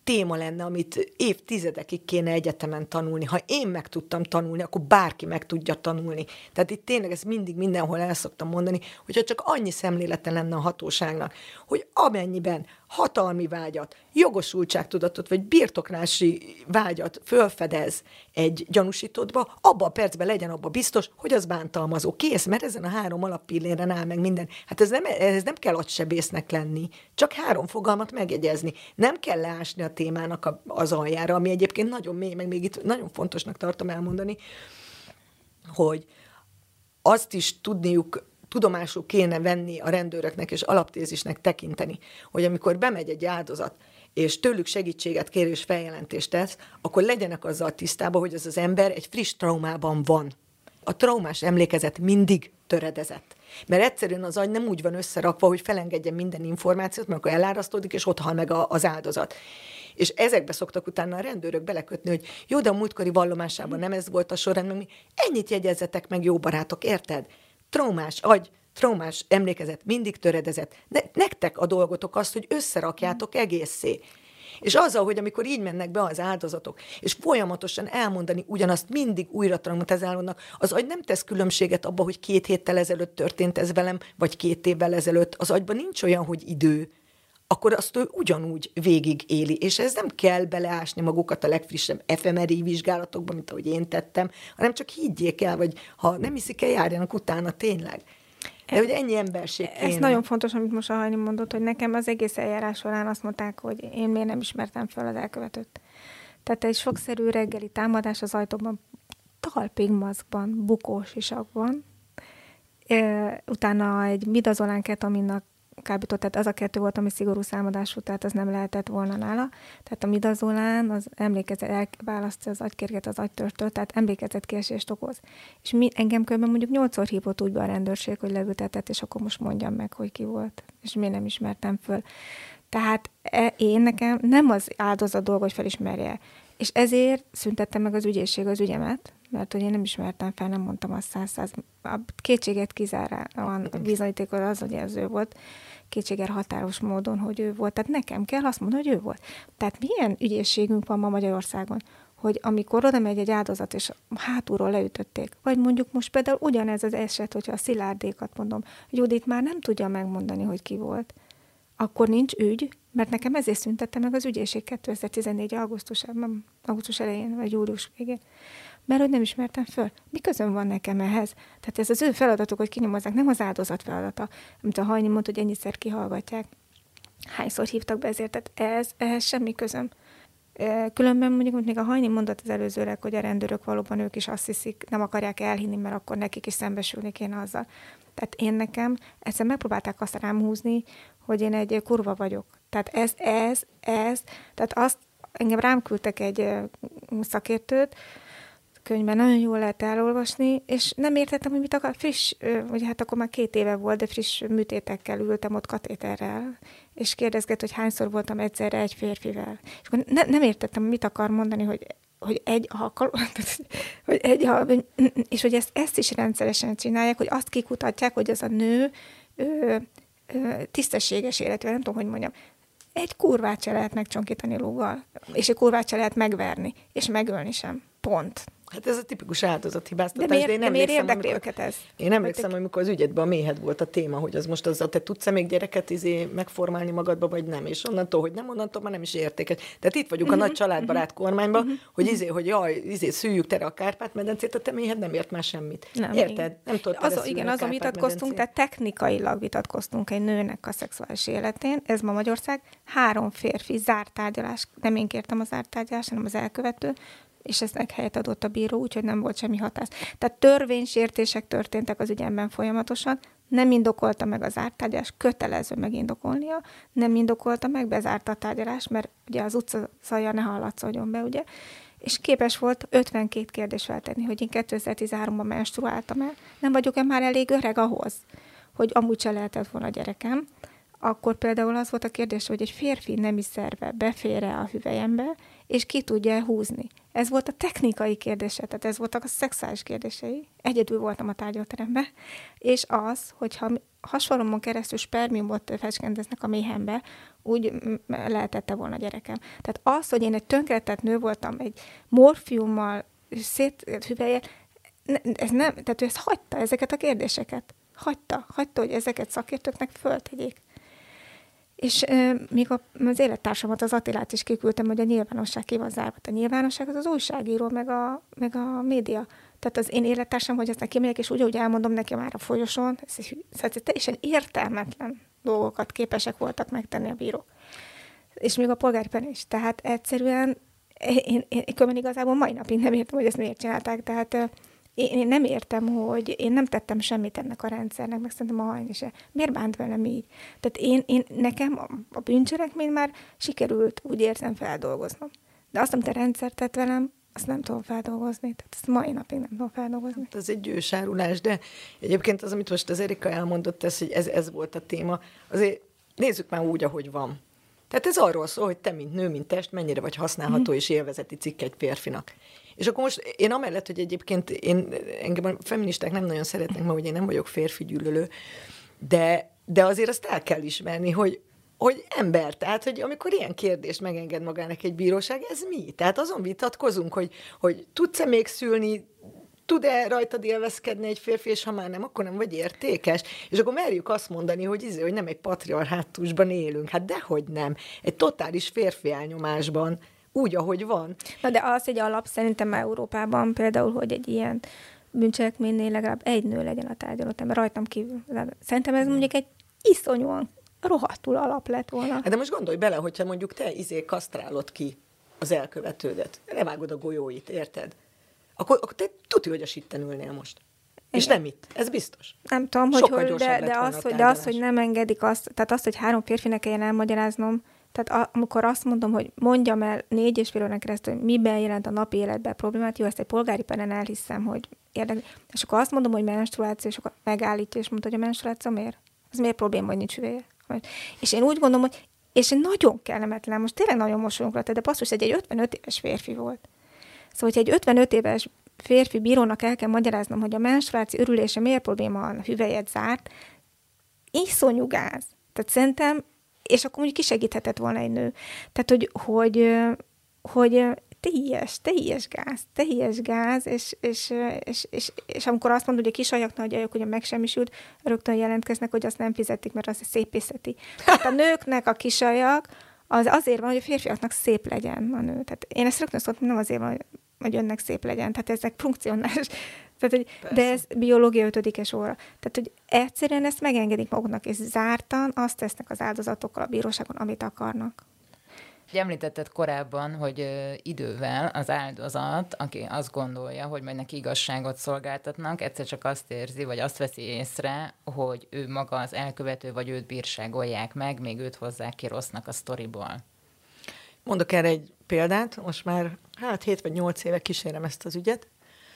[SPEAKER 2] téma lenne, amit évtizedekig kéne egyetemen tanulni. Ha én meg tudtam tanulni, akkor bárki meg tudja tanulni. Tehát itt tényleg ezt mindig mindenhol el szoktam mondani, hogyha csak annyi szemlélete lenne a hatóságnak, hogy amennyiben hatalmi vágyat, jogosultságtudatot vagy birtoklási vágyat fölfedez egy gyanúsítottba, abban a percben legyen abban biztos, hogy az bántalmazó. Kész, mert ezen a három alappilléren áll meg minden. Hát ez nem, ez nem kell agysebésznek lenni, csak három fogalmat megjegyezni. Nem kell leásni a témának az aljára, ami egyébként nagyon mély, meg még itt nagyon fontosnak tartom elmondani, hogy azt is tudniuk, tudomásul kéne venni a rendőröknek és alaptézisnek tekinteni, hogy amikor bemegy egy áldozat, és tőlük segítséget kér és feljelentést tesz, akkor legyenek azzal tisztában, hogy az az ember egy friss traumában van. A traumás emlékezet mindig töredezett. Mert egyszerűen az agy nem úgy van összerakva, hogy felengedje minden információt, mert akkor elárasztódik, és ott hal meg a, az áldozat. És ezekbe szoktak utána a rendőrök belekötni, hogy jó, de a múltkori vallomásában nem ez volt a sorrend, meg mi. Ennyit jegyezzetek meg, jó barátok, érted? Traumás agy, traumás emlékezet mindig töredezett. Ne, nektek a dolgotok azt, hogy összerakjátok egészé. És azzal, hogy amikor így mennek be az áldozatok, és folyamatosan elmondani ugyanazt mindig újra traumatizálódnak, az agy nem tesz különbséget abba, hogy két héttel ezelőtt történt ez velem, vagy két évvel ezelőtt. Az agyban nincs olyan, hogy idő. Akkor azt ő ugyanúgy végig éli. És ez nem kell beleásni magukat a legfrissebb ef em er i vizsgálatokba, mint ahogy én tettem, hanem csak higgyék el, vagy ha nem hiszik el, járjanak utána tényleg. De hogy ennyi emberség kéne.
[SPEAKER 1] Ez nagyon fontos, amit most a Hajni mondott, hogy nekem az egész eljárás során azt mondták, hogy én miért nem ismertem fel az elkövetőt. Tehát egy sokszerű reggeli támadás az ajtóban, talpig-maszkban, bukós isakban, utána egy midazolán ketaminnak kábított, tehát az a kettő volt, ami szigorú számadású, tehát az nem lehetett volna nála. Tehát a midazolán az emlékezet, elválasztja az agykérget az agytörtől, tehát emlékezetkésést okoz. És mi, engem körben mondjuk nyolcszor hívott úgy be a rendőrség, hogy leültetett, és akkor most mondjam meg, hogy ki volt, és miért nem ismertem föl. Tehát én nekem nem az áldozat dolga, hogy felismerje. És ezért szüntettem meg az ügyészség az ügyemet, mert hogy én nem ismertem fel, nem mondtam azt száz-száz. A kétséget kizáróan bizonyítékod az, hogy ez ő volt, kétséger határos módon, hogy ő volt. Tehát nekem kell azt mondani, hogy ő volt. Tehát milyen ügyészségünk van ma Magyarországon, hogy amikor oda megy egy áldozat, és hátulról leütötték, vagy mondjuk most például ugyanez az eset, hogyha a Szilárdékat mondom, Judit már nem tudja megmondani, hogy ki volt, akkor nincs ügy, mert nekem ezért szüntette meg az ügyészség kétezer-tizennégy augusztusában, augusztus elején, vagy július végén. Mert hogy nem ismertem föl. Mi közöm van nekem ehhez? Tehát ez az ő feladatok, hogy kinyomozzák, nem az áldozat feladata. Amit a Hajni mondta, hogy ennyiszer kihallgatják. Hányszor hívtak be ezért? Tehát ez, ehhez semmi közöm. Különben mondjuk, még a Hajni mondott az előzőleg, hogy a rendőrök valóban ők is azt hiszik, nem akarják elhinni, mert akkor nekik is szembesülni kéne azzal. Tehát én nekem, egyszer megpróbálták azt rám húzni, hogy én egy kurva vagyok. Tehát ez, ez, ez, tehát azt, engem rám küldtek egy szakértőt, könyvben nagyon jól lehet elolvasni, és nem értettem, hogy mit akar, friss, ugye hát akkor már két éve volt, de friss műtétekkel ültem ott katéterrel, és kérdezget, hogy hányszor voltam egyszerre egy férfivel. És akkor ne, nem értettem, mit akar mondani, hogy, hogy egy alkalom, hogy egy alkalom, és hogy ezt, ezt is rendszeresen csinálják, hogy azt kikutatják, hogy az a nő ö, ö, tisztességes életűen, nem tudom, hogy mondjam, egy kurvát se lehet megcsonkítani lóval, és egy kurvát se lehet megverni, és megölni sem. Pont.
[SPEAKER 2] Hát ez a tipikus áldozathibáztatás.
[SPEAKER 1] De miért, de én de miért érdekli őket ez?
[SPEAKER 2] Én emlékszem, hogy amikor az ügyedben a méhed volt a téma, hogy az most azzal te tudsz-e még gyereket izé megformálni magadba, vagy nem. És onnantól, hogy nem, onnantól már nem is értékes. Tehát itt vagyunk uh-huh, a nagy családbarát uh-huh, kormányban, uh-huh, hogy izé, hogy jaj, izé, szüljük tere a Kárpát-medencét, a te méhed nem ért már semmit. Nem, Érted? Nem tudod
[SPEAKER 1] az, igen, azon vitatkoztunk, tehát technikailag vitatkoztunk egy nőnek a szexuális életén. Ez ma Magyarország. Három férfi zárt tárgyalás, nem én kértem a zárt tárgyalást, hanem az elkövető, és eznek helyet adott a bíró, úgyhogy nem volt semmi hatás. Tehát törvénysértések történtek az ügyemben folyamatosan, nem indokolta meg az ártárgyalás, kötelező megindokolnia, nem indokolta meg, bezárta a tárgyalást, mert ugye az utca zaja ne hallatszódjon be, ugye, és képes volt ötvenkét kérdést feltenni, hogy én kétezer-tizenháromban menstruáltam el, nem vagyok-e már elég öreg ahhoz, hogy amúgy se lehetett volna a gyerekem, akkor például az volt a kérdés, hogy egy férfi nemi szerve befér-e a hüvelyembe, és ki tudja húzni. Ez volt a technikai kérdése, tehát ez voltak a szexuális kérdései. Egyedül voltam a tárgyalóteremben, és az, hogyha hasonlóan keresztül spermiumot fecskendeznek a méhembe, úgy lehetette volna gyerekem. Tehát az, hogy én egy tönkretett nő voltam, egy morfiummal, szét hüvelye, ez nem, tehát ő ezt hagyta, ezeket a kérdéseket. Hagyta, hagyta, hogy ezeket szakértőknek föltegyék. És e, míg a, az élettársamat, az Attilát is kiküldtem, hogy a nyilvánosság ki van zárva. A nyilvánosság az az újságíró, meg a, meg a média. Tehát az én élettársam, hogy aztán kimegyek, és ugyanúgy elmondom neki már a folyosón, ez, ez teljesen értelmetlen dolgokat képesek voltak megtenni a bírók. És még a polgári peren is. Tehát egyszerűen én, én, én, én igazából mai napig nem értem, hogy ezt miért csinálták. Tehát én, én nem értem, hogy én nem tettem semmit ennek a rendszernek, meg szerintem a hajni se. Miért bánt velem így? Tehát én, én nekem a, a bűncselekmény már sikerült, úgy érzem, feldolgoznom. De azt, amit a rendszer tett velem, azt nem tudom feldolgozni. Tehát ezt mai napig nem tudom feldolgozni.
[SPEAKER 2] Hát ez egy ősárulás, de egyébként az, amit most az Erika elmondott, ez, hogy ez, ez volt a téma, azért nézzük már úgy, ahogy van. Tehát ez arról szól, hogy te, mint nő, mint test, mennyire vagy használható mm. és élvezeti cikk egy férfinak. És akkor most én amellett, hogy egyébként én, engem a feministák nem nagyon szeretnek, mert hogy én nem vagyok férfi gyűlölő, de, de azért azt el kell ismerni, hogy hogy ember, tehát, hogy amikor ilyen kérdést megenged magának egy bíróság, ez mi? Tehát azon vitatkozunk, hogy, hogy tudsz-e még szülni, tud-e rajtad élvezkedni egy férfi, és ha már nem, akkor nem vagy értékes. És akkor merjük azt mondani, hogy, izé, hogy nem egy patriarhátusban élünk. Hát dehogy nem. Egy totális férfi elnyomásban, úgy, ahogy van.
[SPEAKER 1] Na de az egy alap szerintem Európában például, hogy egy ilyen bűncselekménynél legalább egy nő legyen a tárgyalóteremben, rajtam kívül. Szerintem ez mondjuk egy iszonyúan rohadtul alap lett volna.
[SPEAKER 2] De most gondolj bele, hogyha mondjuk te izé kasztrálod ki az elkövetődet, levágod a golyóit, érted? Akkor, akkor te tudja, hogy a sitten ülnél most. Igen. És nem itt. Ez biztos.
[SPEAKER 1] Nem tudom, hogy hol, de, de, az, hogy, de az, hogy nem engedik azt, tehát azt, hogy három férfinek kelljen elmagyaráznom, tehát a, amikor azt mondom, hogy mondjam el négy és fél órán keresztül, hogy miben jelent a napi életben problémát, jó, ezt egy polgári peren elhiszem, hogy érdekli. És akkor azt mondom, hogy menstruáció, és akkor megállítja, és mondta, hogy a menstruáció miért? Ez miért probléma, hogy nincs hüvelye? És én úgy gondolom, hogy és nagyon kellemetlen, most tényleg nagyon mosolyunk rajta, de basszus, egy, egy ötvenöt éves férfi volt. Szóval, hogyha egy ötvenöt éves férfi bírónak el kell magyaráznom, hogy a menstruáció örülése miért probléma, a hüvelyed zárt, iszonyú gáz. Tehát szerintem, és akkor mondjuk kisegíthetett volna egy nő. Tehát, hogy, hogy, hogy teljes, teljes gáz, teljes gáz, és, és, és, és, és amikor azt mondod, hogy a kisajak, nagy ajak, ugye megsemmisült, rögtön jelentkeznek, hogy azt nem fizetik, mert az szépészeti. Tehát a nőknek a kisajak, az azért van, hogy a férfiaknak szép legyen a nő. Tehát én ezt rögtön szóltam, nem azért van, hogy, hogy önnek szép legyen. Tehát ezek funkcionális. Tehát, hogy, de ez biológia ötödikes óra. Tehát, hogy egyszerűen ezt megengedik maguknak, és zártan azt tesznek az áldozatokkal a bíróságon, amit akarnak.
[SPEAKER 3] Említetted korábban, hogy ö, idővel az áldozat, aki azt gondolja, hogy majd neki igazságot szolgáltatnak, egyszer csak azt érzi, vagy azt veszi észre, hogy ő maga az elkövető, vagy őt bírságolják meg, még őt hozzák ki rossznak a sztoriból.
[SPEAKER 2] Mondok erre egy példát, most már hát hét vagy nyolc éve kísérem ezt az ügyet.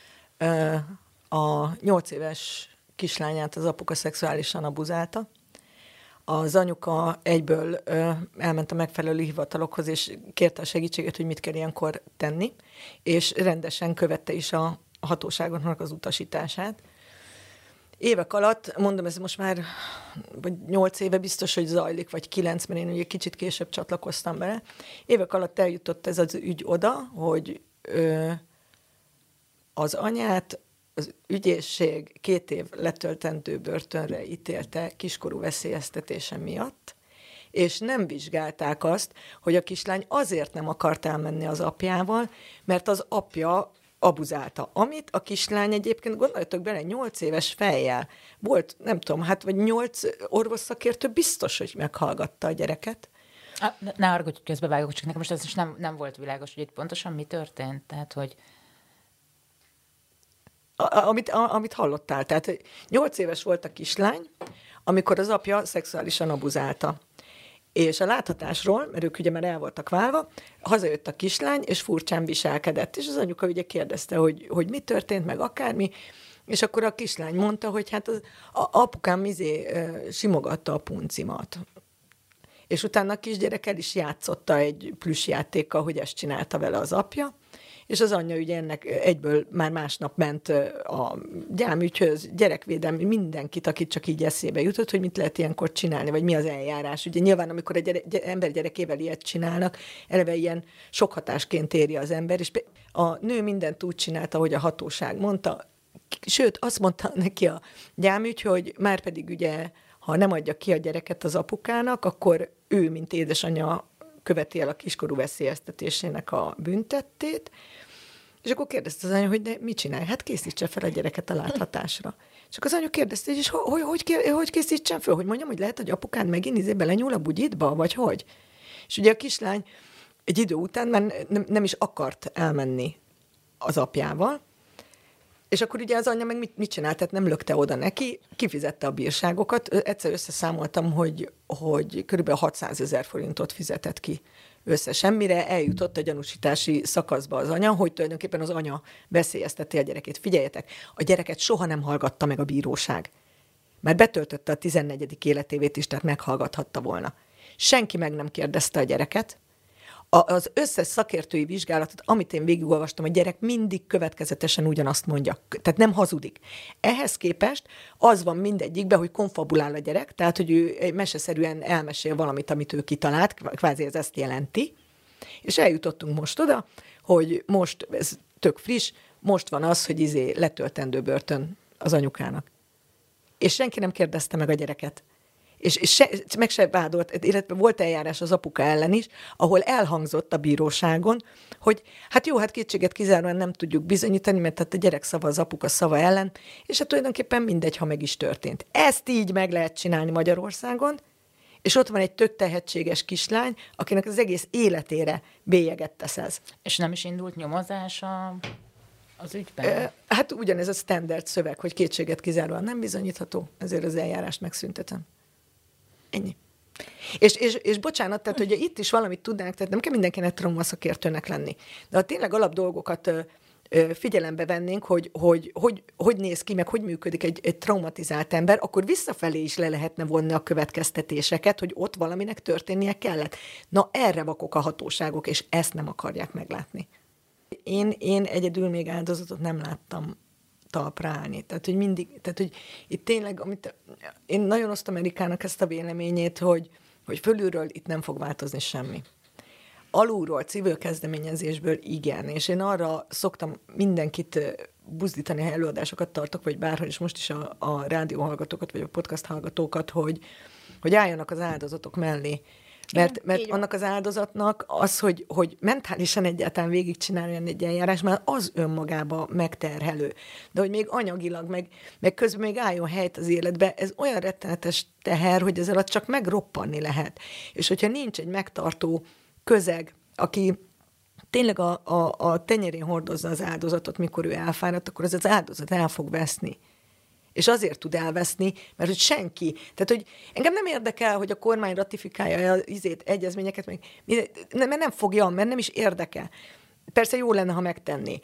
[SPEAKER 2] A nyolc éves kislányát az apuka szexuálisan abuzálta. Az anyuka egyből ö, elment a megfelelő hivatalokhoz, és kérte a segítséget, hogy mit kell ilyenkor tenni, és rendesen követte is a hatóságoknak az utasítását. Évek alatt, mondom, ez most már vagy nyolc éve biztos, hogy zajlik, vagy kilenc, mert én ugye kicsit később csatlakoztam bele. Évek alatt eljutott ez az ügy oda, hogy ö, az anyát az ügyészség két év letöltendő börtönre ítélte kiskorú veszélyeztetése miatt, és nem vizsgálták azt, hogy a kislány azért nem akart elmenni az apjával, mert az apja abuzálta. Amit a kislány egyébként, gondoljatok bele, nyolc éves fejjel volt, nem tudom, hát vagy nyolc orvosszakértő biztos, hogy meghallgatta a gyereket.
[SPEAKER 3] A, ne, ne haragudj, hogy közbevágok, csak nekem most ez nem, nem volt világos, hogy itt pontosan mi történt, tehát, hogy
[SPEAKER 2] A, amit, a, amit hallottál. Tehát nyolc éves volt a kislány, amikor az apja szexuálisan abuzálta. És a láthatásról, mert ők ugye már el voltak válva, hazajött a kislány, és furcsán viselkedett. És az anyuka ugye kérdezte, hogy, hogy mi történt, meg akármi, és akkor a kislány mondta, hogy hát az a, apukám izé simogatta a puncimat. És utána a kisgyerek el is játszotta egy plüss játékkal, hogy ezt csinálta vele az apja, és az anyja ugye ennek egyből már másnap ment a gyámügyhöz, gyerekvédelmi, mindenkit, akit csak így eszébe jutott, hogy mit lehet ilyenkor csinálni, vagy mi az eljárás. Ugye nyilván, amikor egy gyere, ember gyerekével ilyet csinálnak, eleve ilyen sok hatásként éri az ember, és a nő mindent úgy csinálta, ahogy a hatóság mondta, sőt, azt mondta neki a gyámügy, hogy már pedig ugye, ha nem adja ki a gyereket az apukának, akkor ő, mint édesanyja, követi el a kiskorú veszélyeztetésének a büntettét, és akkor kérdezte az anya, hogy de mit csinálj? Hát készítse fel a gyereket a láthatásra. És akkor az anya kérdezte, és hogy, hogy, hogy készítsen fel? Hogy mondjam, hogy lehet, hogy apukád megint izé belenyúl a bugyitba, vagy hogy? És ugye a kislány egy idő után már nem, nem is akart elmenni az apjával, és akkor ugye az anyja meg mit, mit csinált? Tehát nem lökte oda neki, kifizette a bírságokat. Egyszer összeszámoltam, hogy, hogy körülbelül hatszázezer forintot fizetett ki összesen, mire eljutott a gyanúsítási szakaszba az anya, hogy tulajdonképpen az anya veszélyezteti a gyerekét. Figyeljetek, a gyereket soha nem hallgatta meg a bíróság. Már betöltötte a tizennegyedik életévét is, tehát meghallgathatta volna. Senki meg nem kérdezte a gyereket. A, az összes szakértői vizsgálatot, amit én végigolvastam, a gyerek mindig következetesen ugyanazt mondja. Tehát nem hazudik. Ehhez képest az van mindegyikben, hogy konfabulál a gyerek, tehát hogy ő meseszerűen elmesél valamit, amit ő kitalált, kvázi ez ezt jelenti. És eljutottunk most oda, hogy most, ez tök friss, most van az, hogy izé letöltendő börtön az anyukának. És senki nem kérdezte meg a gyereket. És, és se, meg se vádolt, illetve volt eljárás az apuka ellen is, ahol elhangzott a bíróságon, hogy hát jó, hát kétséget kizáróan nem tudjuk bizonyítani, mert hát a gyerek szava az apuka szava ellen, és hát tulajdonképpen mindegy, ha meg is történt. Ezt így meg lehet csinálni Magyarországon, és ott van egy tök tehetséges kislány, akinek az egész életére bélyeget tesz ez.
[SPEAKER 3] És nem is indult nyomozás a... az ügyben?
[SPEAKER 2] Hát ugyanez a standard szöveg, hogy kétséget kizáróan nem bizonyítható, ezért az eljárást megszüntetem. Ennyi. És, és, és bocsánat, tehát hogy itt is valamit tudnánk, tehát nem kell mindenkinek traumaszakértőnek lenni. De ha tényleg alap dolgokat ö, ö, figyelembe vennénk, hogy hogy, hogy hogy néz ki, meg hogy működik egy, egy traumatizált ember, akkor visszafelé is le lehetne vonni a következtetéseket, hogy ott valaminek történnie kellett. Na erre vakok a hatóságok, és ezt nem akarják meglátni. Én, én egyedül még áldozatot nem láttam talpra állni. Tehát, hogy mindig, tehát, hogy itt tényleg, amit, én nagyon osztom Erikának ezt a véleményét, hogy, hogy fölülről itt nem fog változni semmi. Alulról, civil kezdeményezésből igen, és én arra szoktam mindenkit buzdítani, ha előadásokat tartok, vagy bárhol, és most is a, a rádió hallgatókat, vagy a podcast hallgatókat, hogy, hogy álljanak az áldozatok mellé. Mert, mert annak az áldozatnak az, hogy, hogy mentálisan egyáltalán végigcsináljon egy eljárás, már az önmagába megterhelő. De hogy még anyagilag, meg, meg közben még álljon helyt az életbe, ez olyan rettenetes teher, hogy ez alatt csak megroppanni lehet. És hogyha nincs egy megtartó közeg, aki tényleg a, a, a tenyerén hordozza az áldozatot, mikor ő elfáradt, akkor az az áldozat el fog veszni. És azért tud elveszni, mert hogy senki. Tehát, hogy engem nem érdekel, hogy a kormány ratifikálja az izét, egyezményeket, meg, mert nem fogja, mert nem is érdekel. Persze jó lenne, ha megtenné.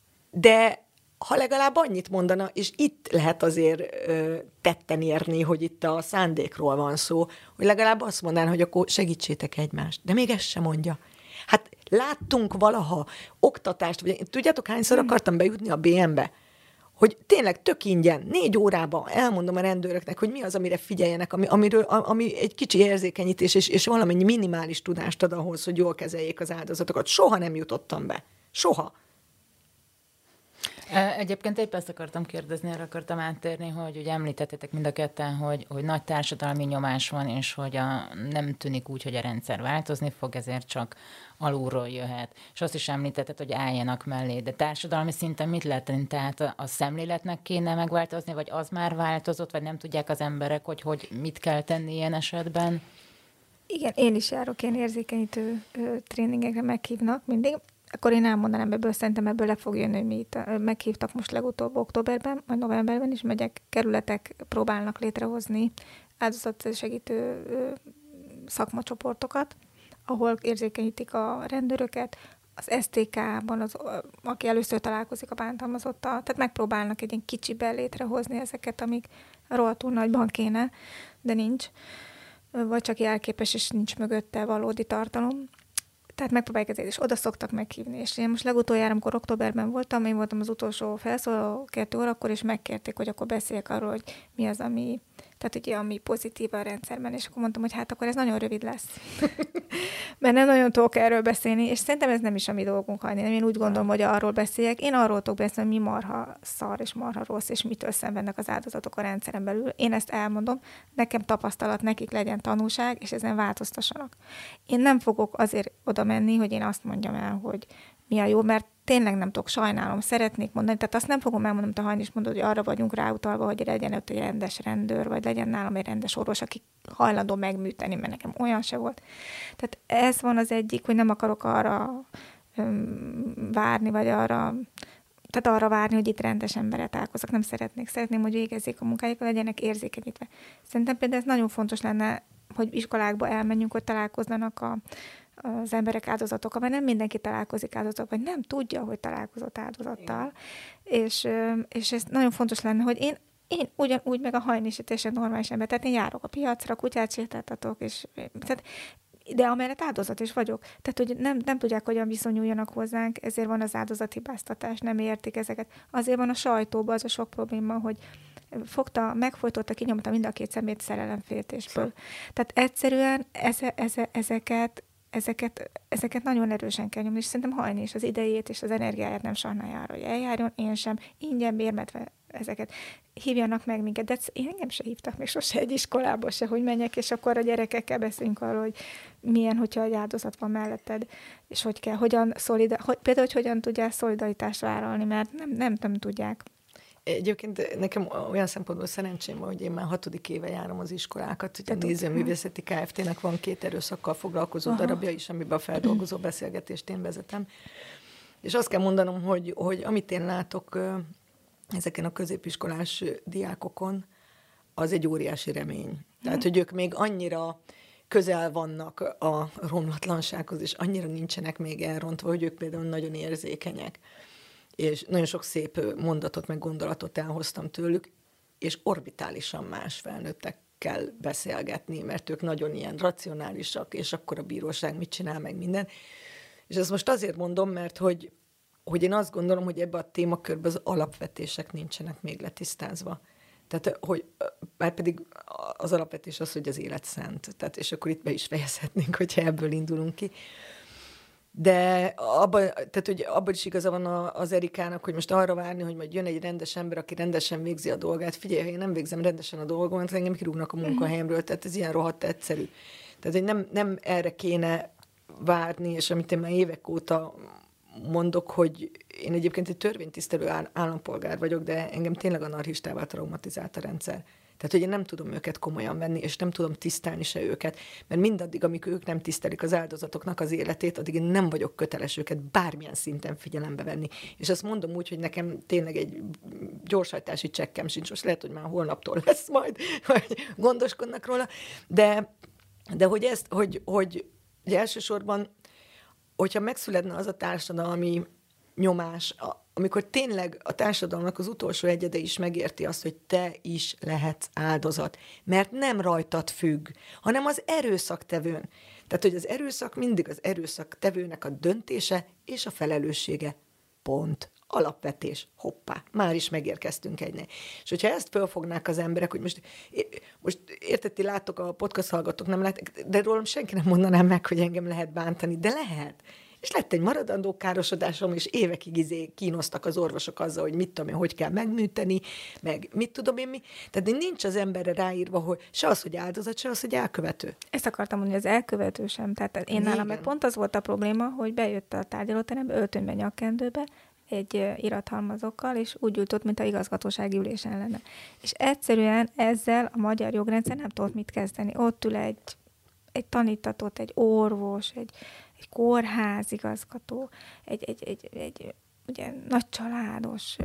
[SPEAKER 2] De ha legalább annyit mondana, és itt lehet azért ö, tetten érni, hogy itt a szándékról van szó, hogy legalább azt mondaná, hogy akkor segítsétek egymást. De még ezt sem mondja. Hát láttunk valaha oktatást, vagy tudjátok, hányszor akartam bejutni a bé em-be? Hogy tényleg tök ingyen, négy órában elmondom a rendőröknek, hogy mi az, amire figyeljenek, ami, amiről, ami egy kicsi érzékenyítés, és, és valamennyi minimális tudást ad ahhoz, hogy jól kezeljék az áldozatokat. Soha nem jutottam be. Soha.
[SPEAKER 3] Egyébként épp ezt akartam kérdezni, erre akartam áttérni, hogy ugye említettétek mind a ketten, hogy, hogy nagy társadalmi nyomás van, és hogy a, nem tűnik úgy, hogy a rendszer változni fog, ezért csak alulról jöhet. És azt is említetted, hogy álljanak mellé. De társadalmi szinten mit lehet tenni? Tehát a, a szemléletnek kéne megváltozni, vagy az már változott, vagy nem tudják az emberek, hogy, hogy mit kell tenni ilyen esetben?
[SPEAKER 1] Igen, én is járok ilyen érzékenyítő ö, tréningekre, meghívnak mindig. Akkor én elmondanám ebből, szerintem ebből le fog jönni, hogy mi itt meghívtak most legutóbb októberben, vagy novemberben is megyek, kerületek próbálnak létrehozni áldozatsegítő szakmacsoportokat, ahol érzékenyítik a rendőröket, az es té ká-ban, az, aki először találkozik a bántalmazottal, tehát megpróbálnak egy ilyen kicsiben létrehozni ezeket, amik rohadtul nagyban kéne, de nincs. vagy csak jelképes, és nincs mögötte valódi tartalom. Tehát megpróbálják ezért, és oda szoktak meghívni. És én most legutoljára, amikor októberben voltam, én voltam az utolsó felszóló kettő órakor, és megkérték, hogy akkor beszéljek arról, hogy mi az, ami, tehát ugye, ami pozitív a rendszerben, és akkor mondtam, hogy hát akkor ez nagyon rövid lesz. Mert nem nagyon tudok erről beszélni, és szerintem ez nem is a mi dolgunk hajni. Én úgy gondolom, hogy arról beszéljek. Én arról tudok beszélni, mi marha szar és marha rossz, és mitől szenvednek az áldozatok a rendszeren belül. Én ezt elmondom, nekem tapasztalat, nekik legyen tanulság, és ezen változtassanak. Én nem fogok azért oda menni, hogy én azt mondjam el, hogy mi a jó, mert tényleg nem tudok, sajnálom, szeretnék mondani, tehát azt nem fogom elmondani, amit a Hajni is mondod, hogy arra vagyunk ráutalva, hogy legyen ott egy rendes rendőr, vagy legyen nálam egy rendes orvos, aki hajlandó megműteni, mert nekem olyan se volt. Tehát ez van az egyik, hogy nem akarok arra öm, várni, vagy arra, tehát arra várni, hogy itt rendes emberek találkozok. Nem szeretnék. Szeretném, hogy végezzék a munkájukat, legyenek érzékenyítve. Szerintem például ez nagyon fontos lenne, hogy iskolákba elmenjünk, hogy találkozzanak a az emberek áldozatokkal, mert nem mindenki találkozik áldozatokkal, vagy nem tudja, hogy találkozott áldozattal. És, és ez nagyon fontos lenne, hogy én, én ugyanúgy meg a Hajni is egy normális ember, tehát én járok a piacra, kutyát sétáltatok, és tehát, de amellett áldozat is vagyok. Tehát, hogy nem, nem tudják, hogyan viszonyuljanak hozzánk, ezért van az áldozathibáztatás, nem értik ezeket. Azért van a sajtóban az a sok probléma, hogy fogta, megfojtotta, kinyomta mind a két szemét szerelemféltésből. Szóval. Tehát egyszerűen eze, eze, ezeket Ezeket, ezeket nagyon erősen kell nyomni, és szerintem Hajni is az idejét és az energiáját nem sajnálja arra, hogy eljárjon, én sem, ingyen bérmetve ezeket. Hívjanak meg minket, de én engem se hívtak még sose egy iskolába se, hogy menjek, és akkor a gyerekekkel beszélünk arról, hogy milyen, hogyha egy áldozat van melletted, és hogy kell, hogyan szolidar, hogy, például, hogy hogyan tudják szolidaritást vállalni, mert nem, nem, nem tudják.
[SPEAKER 2] Egyébként nekem olyan szempontból szerencsém van, hogy én már hatodik éve járom az iskolákat. Ugye a Nézőművészeti Kft-nek van két erőszakkal foglalkozó Aha. darabja is, amiben a feldolgozó beszélgetést én vezetem. És azt kell mondanom, hogy, hogy amit én látok ezeken a középiskolás diákokon, az egy óriási remény. Tehát, hogy ők még annyira közel vannak a romlatlansághoz, és annyira nincsenek még elrontva, hogy ők például nagyon érzékenyek. És nagyon sok szép mondatot, meg gondolatot elhoztam tőlük, és orbitálisan más felnőttekkel beszélgetni, mert ők nagyon ilyen racionálisak, és akkor a bíróság mit csinál, meg minden. És ezt most azért mondom, mert hogy, hogy én azt gondolom, hogy ebbe a témakörbe az alapvetések nincsenek még letisztázva. Tehát, hogy már pedig az alapvetés az, hogy az élet szent. Tehát, és akkor itt be is fejezhetnénk, hogyha ebből indulunk ki. De abban, tehát, hogy abban is igaza van az Erikának, hogy most arra várni, hogy majd jön egy rendes ember, aki rendesen végzi a dolgát. Figyelj, ha én nem végzem rendesen a dolgomat, engem kirúgnak a munkahelyemről, tehát ez ilyen rohadt egyszerű. Tehát, hogy nem, nem erre kéne várni, és amit én már évek óta mondok, hogy én egyébként egy törvénytisztelő állampolgár vagyok, de engem tényleg anarchistává traumatizált a rendszer. Tehát, hogy én nem tudom őket komolyan venni, és nem tudom tisztelni se őket, mert mindaddig, amikor ők nem tisztelik az áldozatoknak az életét, addig én nem vagyok köteles őket bármilyen szinten figyelembe venni. És azt mondom úgy, hogy nekem tényleg egy gyorshajtási csekkem sincs, most lehet, hogy már holnaptól lesz majd, vagy gondoskodnak róla, de, de hogy ezt, hogy, hogy ugye elsősorban, hogyha megszületne az a társadalmi nyomás, amikor tényleg a társadalomnak az utolsó egyede is megérti azt, hogy te is lehetsz áldozat, mert nem rajtad függ, hanem az erőszaktevőn. Tehát, hogy az erőszak mindig az erőszaktevőnek a döntése és a felelőssége. Pont. Alapvetés. Hoppá, már is megérkeztünk egynél. És hogyha ezt fölfognák az emberek, hogy most, most érted, ti láttok, a podcast hallgatók nem látják, de rólam senki nem mondanám meg, hogy engem lehet bántani, de lehet. És lett egy maradandó károsodásom, és évekig izé kínoztak az orvosok azzal, hogy mit tudom én, hogy kell megműteni, meg mit tudom én mi. Tehát nincs az emberre ráírva, hogy se az, hogy áldozat, se az, hogy elkövető.
[SPEAKER 1] Ezt akartam mondani, hogy az elkövető sem. Tehát én igen. Nálam meg pont az volt a probléma, hogy bejött a tárgyalóterembe, öltönybe, nyakkendőbe, egy irathalmazokkal, és úgy ült ott, mint a igazgatósági ülésen lenne. És egyszerűen ezzel a magyar jogrendszer nem tudott mit kezdeni. Ott ül egy, egy tanítatott, egy orvos, egy egy kórházigazgató, egy, egy, egy, egy ugye, nagy családos,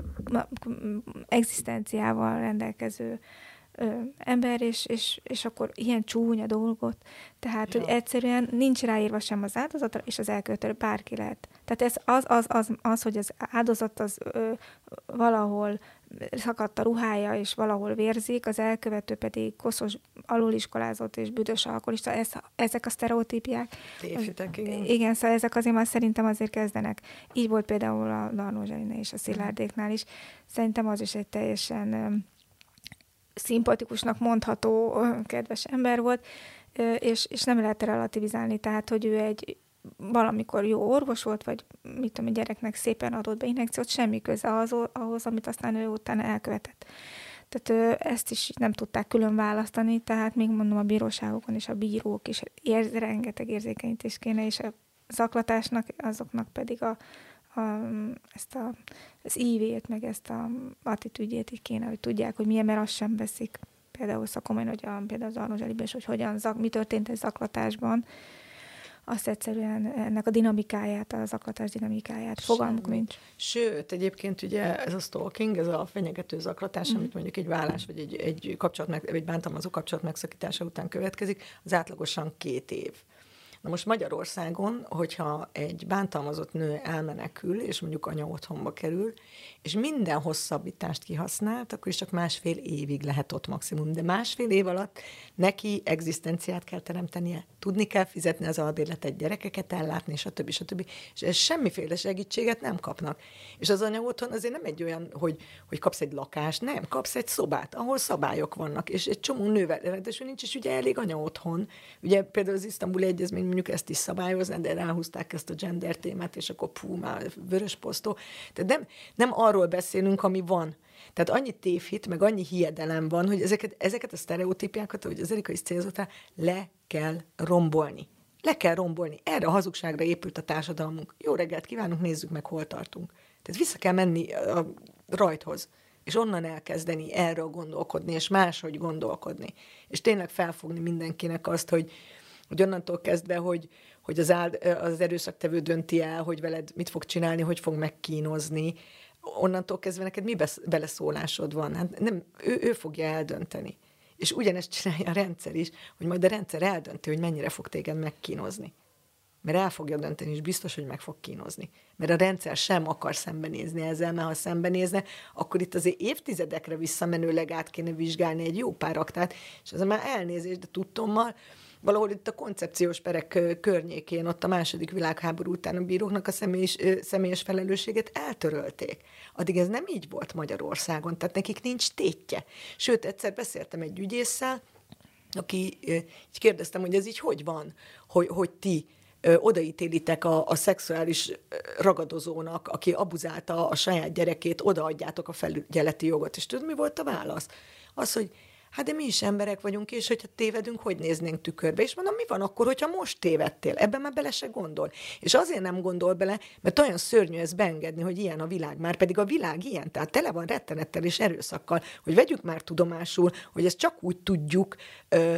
[SPEAKER 1] egzisztenciával rendelkező ö, ember, és, és, és akkor ilyen csúnya dolgot. Tehát, ja. hogy egyszerűen nincs ráírva sem az áldozatra, és az elkövető bárki lehet. Tehát ez az, az, az, az hogy az áldozat az ö, valahol szakadt a ruhája, és valahol vérzik, az elkövető pedig koszos aluliskolázott és büdös alkoholista, ez, ezek a sztereotípiák.
[SPEAKER 2] Tévhitek, igen.
[SPEAKER 1] Igen, szóval ezek azért már szerintem azért kezdenek. Így volt például a Darnó Zselinél és a Szilárdéknál is. Szerintem az is egy teljesen ö, szimpatikusnak mondható ö, kedves ember volt, ö, és, és nem lehet relativizálni, tehát, hogy ő egy valamikor jó orvos volt, vagy mit tudom, a gyereknek szépen adott be injekciót, semmi köze ahhoz, ahhoz, amit aztán ő utána elkövetett. Tehát ezt is nem tudták külön választani, tehát még mondom, a bíróságokon és a bírók is érz, rengeteg érzékenyítés kéne, és a zaklatásnak, azoknak pedig a, a, ezt a, az ívét, meg ezt a attitűdjét így kéne, hogy tudják, hogy milyen, mert azt sem veszik. Például szakomán, hogy a, például az Darnó Zseliben is, hogy hogyan, mi történt egy zaklatásban, azt egyszerűen ennek a dinamikáját, a zaklatás dinamikáját, fogalmuk nincs.
[SPEAKER 2] Sőt, egyébként ugye ez a stalking, ez a fenyegető zaklatás, mm. amit mondjuk egy vállás, vagy egy, egy, kapcsolat meg, egy bántalmazó kapcsolat megszakítása után következik, az átlagosan két év. Na most Magyarországon, hogyha egy bántalmazott nő elmenekül, és mondjuk anya otthonba kerül, és minden hosszabbítást kihasznált, akkor is csak másfél évig lehet ott maximum. De másfél év alatt neki egzisztenciát kell teremtenie, tudni kell fizetni az albérletet, gyerekeket ellátni, stb. stb. És ez semmiféle segítséget nem kapnak. És az anya otthon azért nem egy olyan, hogy, hogy kapsz egy lakást, nem, kapsz egy szobát, ahol szabályok vannak, és egy csomó nővel, ráadásul nincs is ugye elég anya otthon. Ugye például az Isztambuli Egyezmény mondjuk ezt is szabályozna, de ráhúzták ezt a gender témát, és akkor pú, már vörös posztó. Tehát nem, nem arról beszélünk, ami van. Tehát annyi tévhit, meg annyi hiedelem van, hogy ezeket, ezeket a sztereotípiákat, ahogy az Erika is célzott rá, le kell rombolni. Le kell rombolni. Erre a hazugságra épült a társadalmunk. Jó reggelt kívánunk, nézzük meg, hol tartunk. Tehát vissza kell menni a rajthoz, és onnan elkezdeni erről gondolkodni, és máshogy gondolkodni. És tényleg felfogni mindenkinek azt, hogy hogy onnantól kezdve, hogy, hogy az, áld, az erőszaktevő dönti el, hogy veled mit fog csinálni, hogy fog megkínozni, onnantól kezdve neked mi beleszólásod van? Hát nem, ő, ő fogja eldönteni. És ugyanezt csinálja a rendszer is, hogy majd a rendszer eldönti, hogy mennyire fog téged megkínozni. Mert el fogja dönteni, és biztos, hogy meg fog kínozni. Mert a rendszer sem akar szembenézni ezzel, mert ha szembenézne, akkor itt azért évtizedekre visszamenőleg át kéne vizsgálni egy jó pár aktát, és az már elnézést, de tudtommal, valahol itt a koncepciós perek környékén, ott a második világháború után a bíróknak a személyes, személyes felelősséget eltörölték. Addig ez nem így volt Magyarországon, tehát nekik nincs tétje. Sőt, egyszer beszéltem egy ügyésszel, aki így kérdeztem, hogy ez így hogy van, hogy, hogy ti odaítélitek a, a szexuális ragadozónak, aki abuzálta a saját gyerekét, odaadjátok a felügyeleti jogot. És tudod, mi volt a válasz? Az, hogy hát de mi is emberek vagyunk, és hogyha tévedünk, hogy néznénk tükörbe? És mondom, mi van akkor, hogyha most tévedtél? Ebben már bele se gondol. És azért nem gondol bele, mert olyan szörnyű ez beengedni, hogy ilyen a világ. Már pedig a világ ilyen, tehát tele van rettenettel és erőszakkal, hogy vegyük már tudomásul, hogy ezt csak úgy tudjuk ö,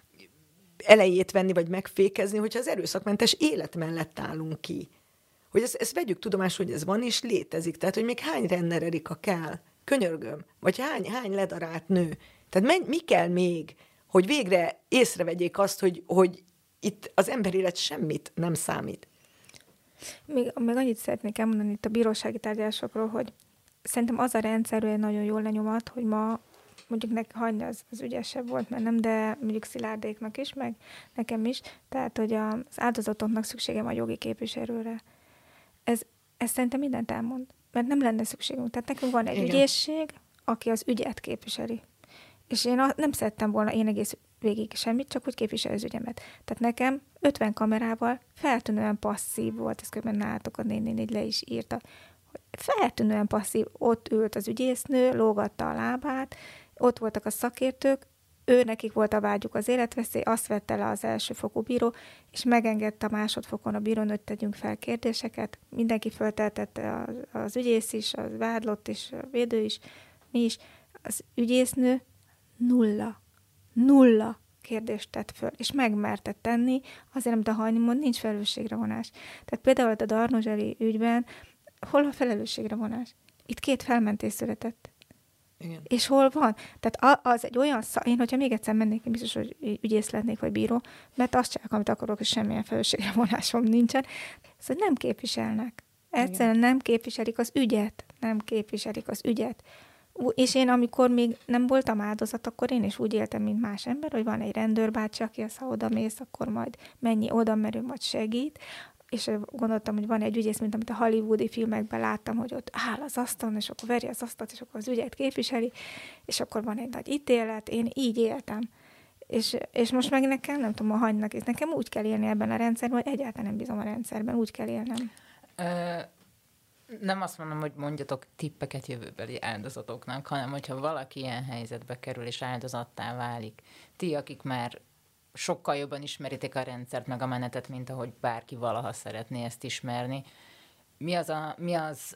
[SPEAKER 2] elejét venni, vagy megfékezni, hogyha az erőszakmentes élet mellett állunk ki. Hogy ezt, ezt vegyük tudomásul, hogy ez van és létezik. Tehát, hogy még hány Renner Erika kell? Könyörgöm. Vagy hány, hány ledarált nő? Tehát mi kell még, hogy végre észrevegyék azt, hogy, hogy itt az emberélet semmit nem számít.
[SPEAKER 1] Még, még annyit szeretnék elmondani itt a bírósági tárgyalásokról, hogy szerintem az a rendszer egy nagyon jól lenyomat, hogy ma mondjuk neki hagyni az, az ügyesebb volt, mert nem, de mondjuk Szilárdéknak is, meg nekem is, tehát, hogy az áldozatoknak szüksége van jogi képviselőre. Ez, ez szerintem mindent elmond, mert nem lenne szükségünk. Tehát nekünk van egy Igen. ügyészség, aki az ügyet képviseli. És én a, nem szerettem volna én egész végig semmit, csak hogy képvisel az ügyemet. Tehát nekem ötven kamerával feltűnően passzív volt, ezt közben nálatok a néni így le is írta, hogy feltűnően passzív, ott ült az ügyésznő, lógatta a lábát, ott voltak a szakértők, ő nekik volt a vágyuk az életveszély, azt vette le az elsőfokú bíró, és megengedte a másodfokon a bírón, hogy tegyünk fel kérdéseket. Mindenki fölteltette az, az ügyész is, az vádlott is, a védő is, mi is. Az ügyésznő nulla, nulla kérdést tett föl, és megmerte tenni, azért nem, de hagyni mond, nincs felelősségre vonás. Tehát például a Darnó Zseli ügyben, hol a felelősségre vonás? Itt két felmentés született.
[SPEAKER 2] Igen.
[SPEAKER 1] És hol van? Tehát az egy olyan szak, én, hogyha még egyszer mennék, én biztos, hogy ügyész lennék, vagy bíró, mert azt csinálok, amit akarok, és semmilyen felelősségre vonásom nincsen. Szóval nem képviselnek. Egyszerűen nem képviselik az ügyet. Nem képviselik az ügyet. És én, amikor még nem voltam áldozat, akkor én is úgy éltem, mint más ember, hogy van egy rendőrbácsi, aki ha oda mész, akkor majd mennyi oda, mert ő majd segít. És gondoltam, hogy van egy ügyész, mint amit a hollywoodi filmekben láttam, hogy ott áll az asztalon, és akkor veri az asztalt, és akkor az ügyet képviseli, és akkor van egy nagy ítélet. Én így éltem. És, és most meg nekem, nem tudom, a hagynak, és nekem úgy kell élni ebben a rendszerben, hogy egyáltalán nem bízom a rendszerben, úgy kell élnem.
[SPEAKER 3] Ö- Nem azt mondom, hogy mondjatok tippeket jövőbeli áldozatoknak, hanem hogyha valaki ilyen helyzetbe kerül és áldozattá válik, ti, akik már sokkal jobban ismeritek a rendszert, meg a menetet, mint ahogy bárki valaha szeretné ezt ismerni, mi az, a, mi az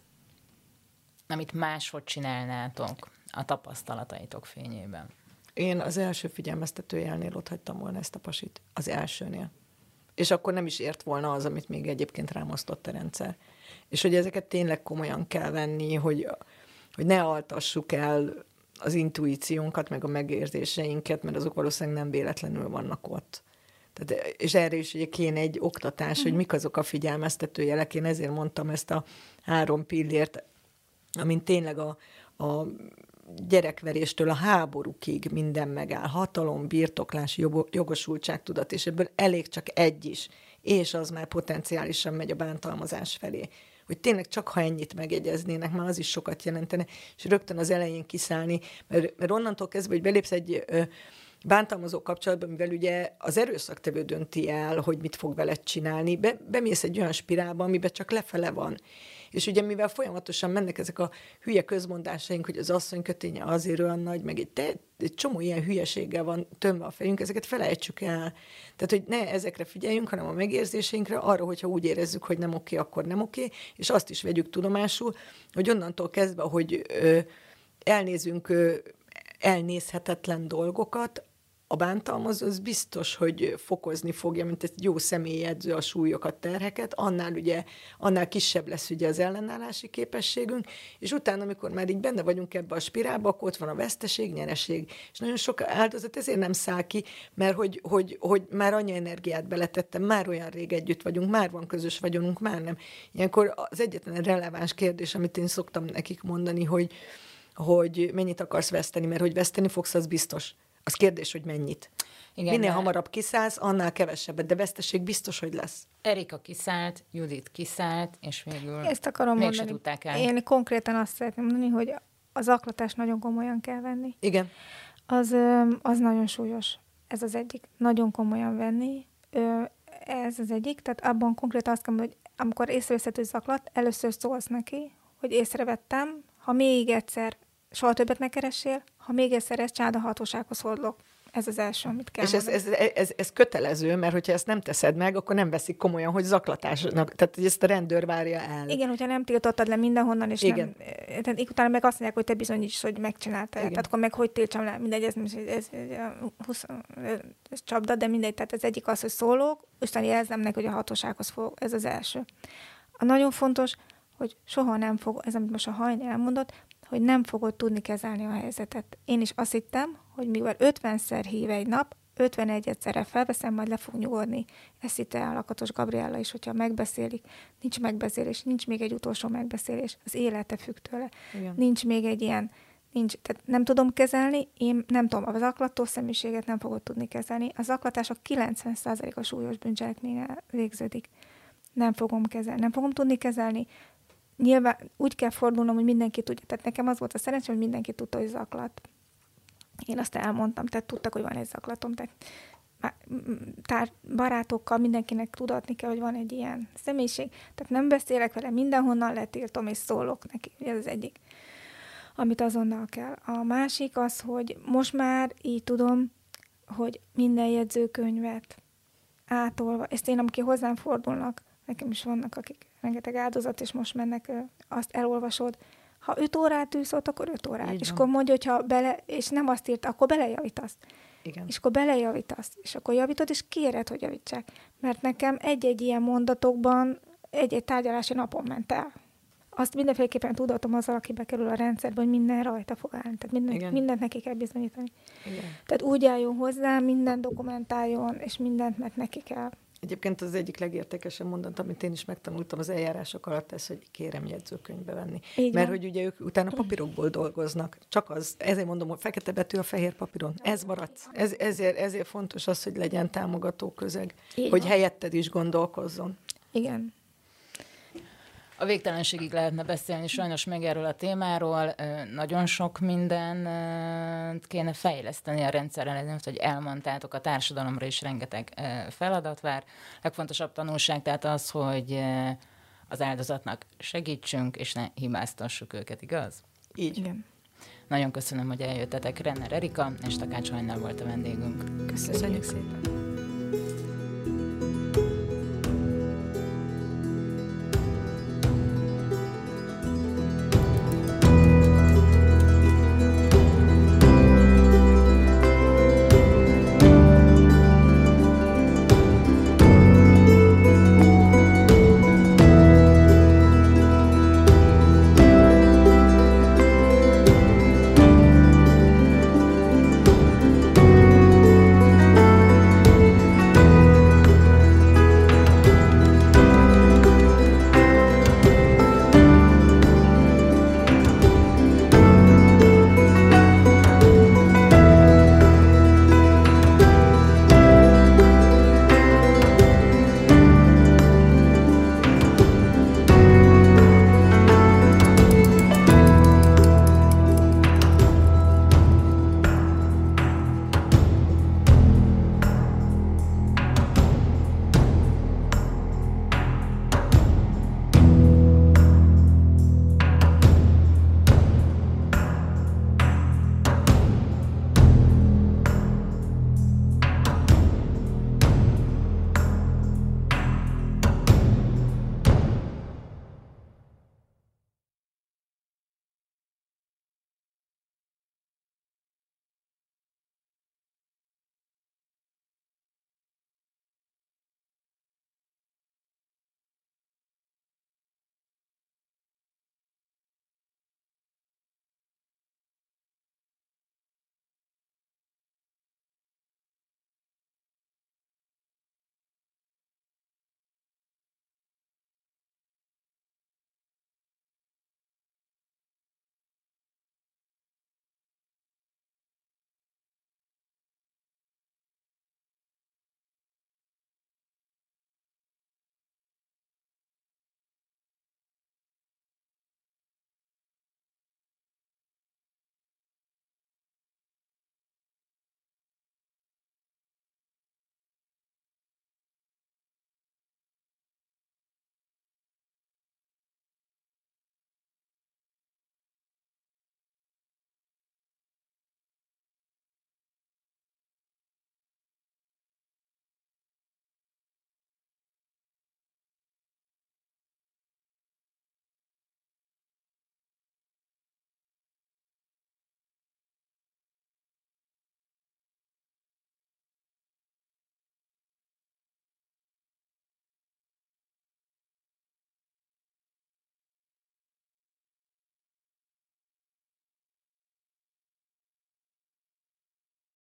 [SPEAKER 3] amit máshogy csinálnátok a tapasztalataitok fényében?
[SPEAKER 2] Én az első figyelmeztetőjelnél ott hagytam volna ezt a pasit. Az elsőnél. És akkor nem is ért volna az, amit még egyébként rám osztott a rendszer. És hogy ezeket tényleg komolyan kell venni, hogy, hogy ne altassuk el az intuíciónkat, meg a megérzéseinket, mert azok valószínűleg nem véletlenül vannak ott. Tehát, és erre is ugye kéne egy oktatás, mm. hogy mik azok a figyelmeztető jelek. Én ezért mondtam ezt a három pillért, amint tényleg a, a gyerekveréstől a háborúkig minden megáll. Hatalom, birtoklás, jogosultságtudat, és ebből elég csak egy is. És az már potenciálisan megy a bántalmazás felé. Hogy tényleg csak ha ennyit megjegyeznének, már az is sokat jelentene, és rögtön az elején kiszállni, mert, mert onnantól kezdve, hogy belépsz egy ö, bántalmazó kapcsolatban, mivel ugye az erőszaktevő dönti el, hogy mit fog veled csinálni, be, bemész egy olyan spirálba, amiben csak lefele van. És ugye mivel folyamatosan mennek ezek a hülye közmondásaink, hogy az asszony köténye azért olyan nagy, meg egy, te, egy csomó ilyen hülyeséggel van tömve a fejünk, ezeket felejtsük el. Tehát, hogy ne ezekre figyeljünk, hanem a megérzéseinkre, arra, hogyha úgy érezzük, hogy nem oké, akkor nem oké, és azt is vegyük tudomásul, hogy onnantól kezdve, hogy ö, elnézünk ö, elnézhetetlen dolgokat, a bántalmazó az biztos, hogy fokozni fogja, mint egy jó személyedző a súlyokat, terheket, annál ugye, annál kisebb lesz ugye az ellenállási képességünk, és utána, amikor már így benne vagyunk ebbe a spirálba, akkor ott van a veszteség, nyereség, és nagyon sok áldozat ezért nem száll ki, mert hogy, hogy, hogy már annyi energiát beletettem, már olyan rég együtt vagyunk, már van közös vagyonunk, már nem. Ilyenkor az egyetlen releváns kérdés, amit én szoktam nekik mondani, hogy, hogy mennyit akarsz veszteni, mert hogy veszteni fogsz, az biztos. Az kérdés, hogy mennyit. Igen, minél de... hamarabb kiszállsz, annál kevesebbet, de veszteség biztos, hogy lesz.
[SPEAKER 3] Erika kiszállt, Judit kiszállt, és végül
[SPEAKER 1] ezt akarom mondani.
[SPEAKER 3] Tudták el.
[SPEAKER 1] Én konkrétan azt szeretném mondani, hogy az zaklatást nagyon komolyan kell venni.
[SPEAKER 2] Igen.
[SPEAKER 1] Az, az nagyon súlyos. Ez az egyik. Nagyon komolyan venni. Ez az egyik. Tehát abban konkrétan azt kell mondani, hogy amikor észreveszed, hogy zaklat, először szólsz neki, hogy észrevettem, ha még egyszer soha többet ne keressél, ha még egyszer ezt csináld, a hatósághoz fordulok. Ez az első, amit kell
[SPEAKER 2] És ez, ez, ez, ez kötelező, mert hogyha ezt nem teszed meg, akkor nem veszik komolyan, hogy zaklatásnak, tehát hogy ezt a rendőr várja el.
[SPEAKER 1] Igen, hogyha nem tiltottad le mindenhonnan, és igen. nem... Tehát utána meg azt mondják, hogy te bizonyíts, hogy megcsináltad. Tehát akkor meg hogy tiltsam le, mindegy, ez, ez, ez, ez, ez csapda, de mindegy. Tehát az egyik az, hogy szólok, utána jelzem neki, hogy a hatósághoz fog. Ez az első. A nagyon fontos, hogy soha nem fog, ez amit most a Hajni elmondott, hogy nem fogod tudni kezelni a helyzetet. Én is azt hittem, hogy mivel ötvenszer hív egy nap, ötvenegyedszerre felveszem, majd le fog nyugodni. Ezt hitte el Lakatos Gabriella is, hogyha megbeszélik. Nincs megbeszélés, nincs még egy utolsó megbeszélés. Az élete függ tőle. Igen. Nincs még egy ilyen, nincs, tehát nem tudom kezelni, én nem tudom, a zaklató személyiséget nem fogod tudni kezelni. A zaklatás a kilencven százalék a súlyos bűncselekményen végződik. Nem fogom kezelni, nem fogom tudni kezelni. Nyilván úgy kell fordulnom, hogy mindenki tudja. Tehát nekem az volt a szerencsém, hogy mindenki tudta, hogy zaklat. Én azt elmondtam, tehát tudtak, hogy van egy zaklatom. Tehát tár, barátokkal mindenkinek tudatni kell, hogy van egy ilyen személyiség. Tehát nem beszélek vele, mindenhonnan letiltom, és szólok neki. Ez az egyik, amit azonnal kell. A másik az, hogy most már így tudom, hogy minden jegyzőkönyvet átolva, ezt én, amikor hozzám fordulnak, nekem is vannak, akik rengeteg áldozat, és most mennek, azt elolvasod. Ha öt órát ülsz ott, akkor öt órát. És akkor mondja, hogyha bele, és nem azt írt, akkor belejavítasz.
[SPEAKER 2] Igen.
[SPEAKER 1] És akkor belejavítasz. És akkor javítod, és kéred, hogy javítsák. Mert nekem egy-egy ilyen mondatokban egy-egy tárgyalási napon ment el. Azt mindenféleképpen tudatom azzal, aki bekerül a rendszerbe, hogy minden rajta fog állni. Tehát minden, mindent neki kell bizonyítani. Igen. Tehát úgy álljon hozzá, minden dokumentáljon, és mindent, mert neki kell.
[SPEAKER 2] Egyébként az egyik legértékesebb mondat, amit én is megtanultam az eljárások alatt, ez, hogy kérem jegyzőkönyvbe venni. Így Mert van. Hogy ugye ők utána papírokból dolgoznak. Csak az, ezért mondom, hogy fekete betű a fehér papíron. Ez maradsz. Ez, ezért, ezért fontos az, hogy legyen támogató közeg. Így hogy van. Helyetted is gondolkozzon.
[SPEAKER 1] Igen.
[SPEAKER 3] A végtelenségig lehetne beszélni sajnos meg erről a témáról. Nagyon sok minden kéne fejleszteni a rendszerrel, hogy elmondtátok, a társadalomra is rengeteg feladat vár. Legfontosabb tanulság tehát az, hogy az áldozatnak segítsünk, és ne hibáztassuk őket, igaz?
[SPEAKER 2] Így.
[SPEAKER 1] Igen.
[SPEAKER 3] Nagyon köszönöm, hogy eljöttetek. Renner Erika és Takács Hajnal volt a vendégünk.
[SPEAKER 2] Köszönjük szépen.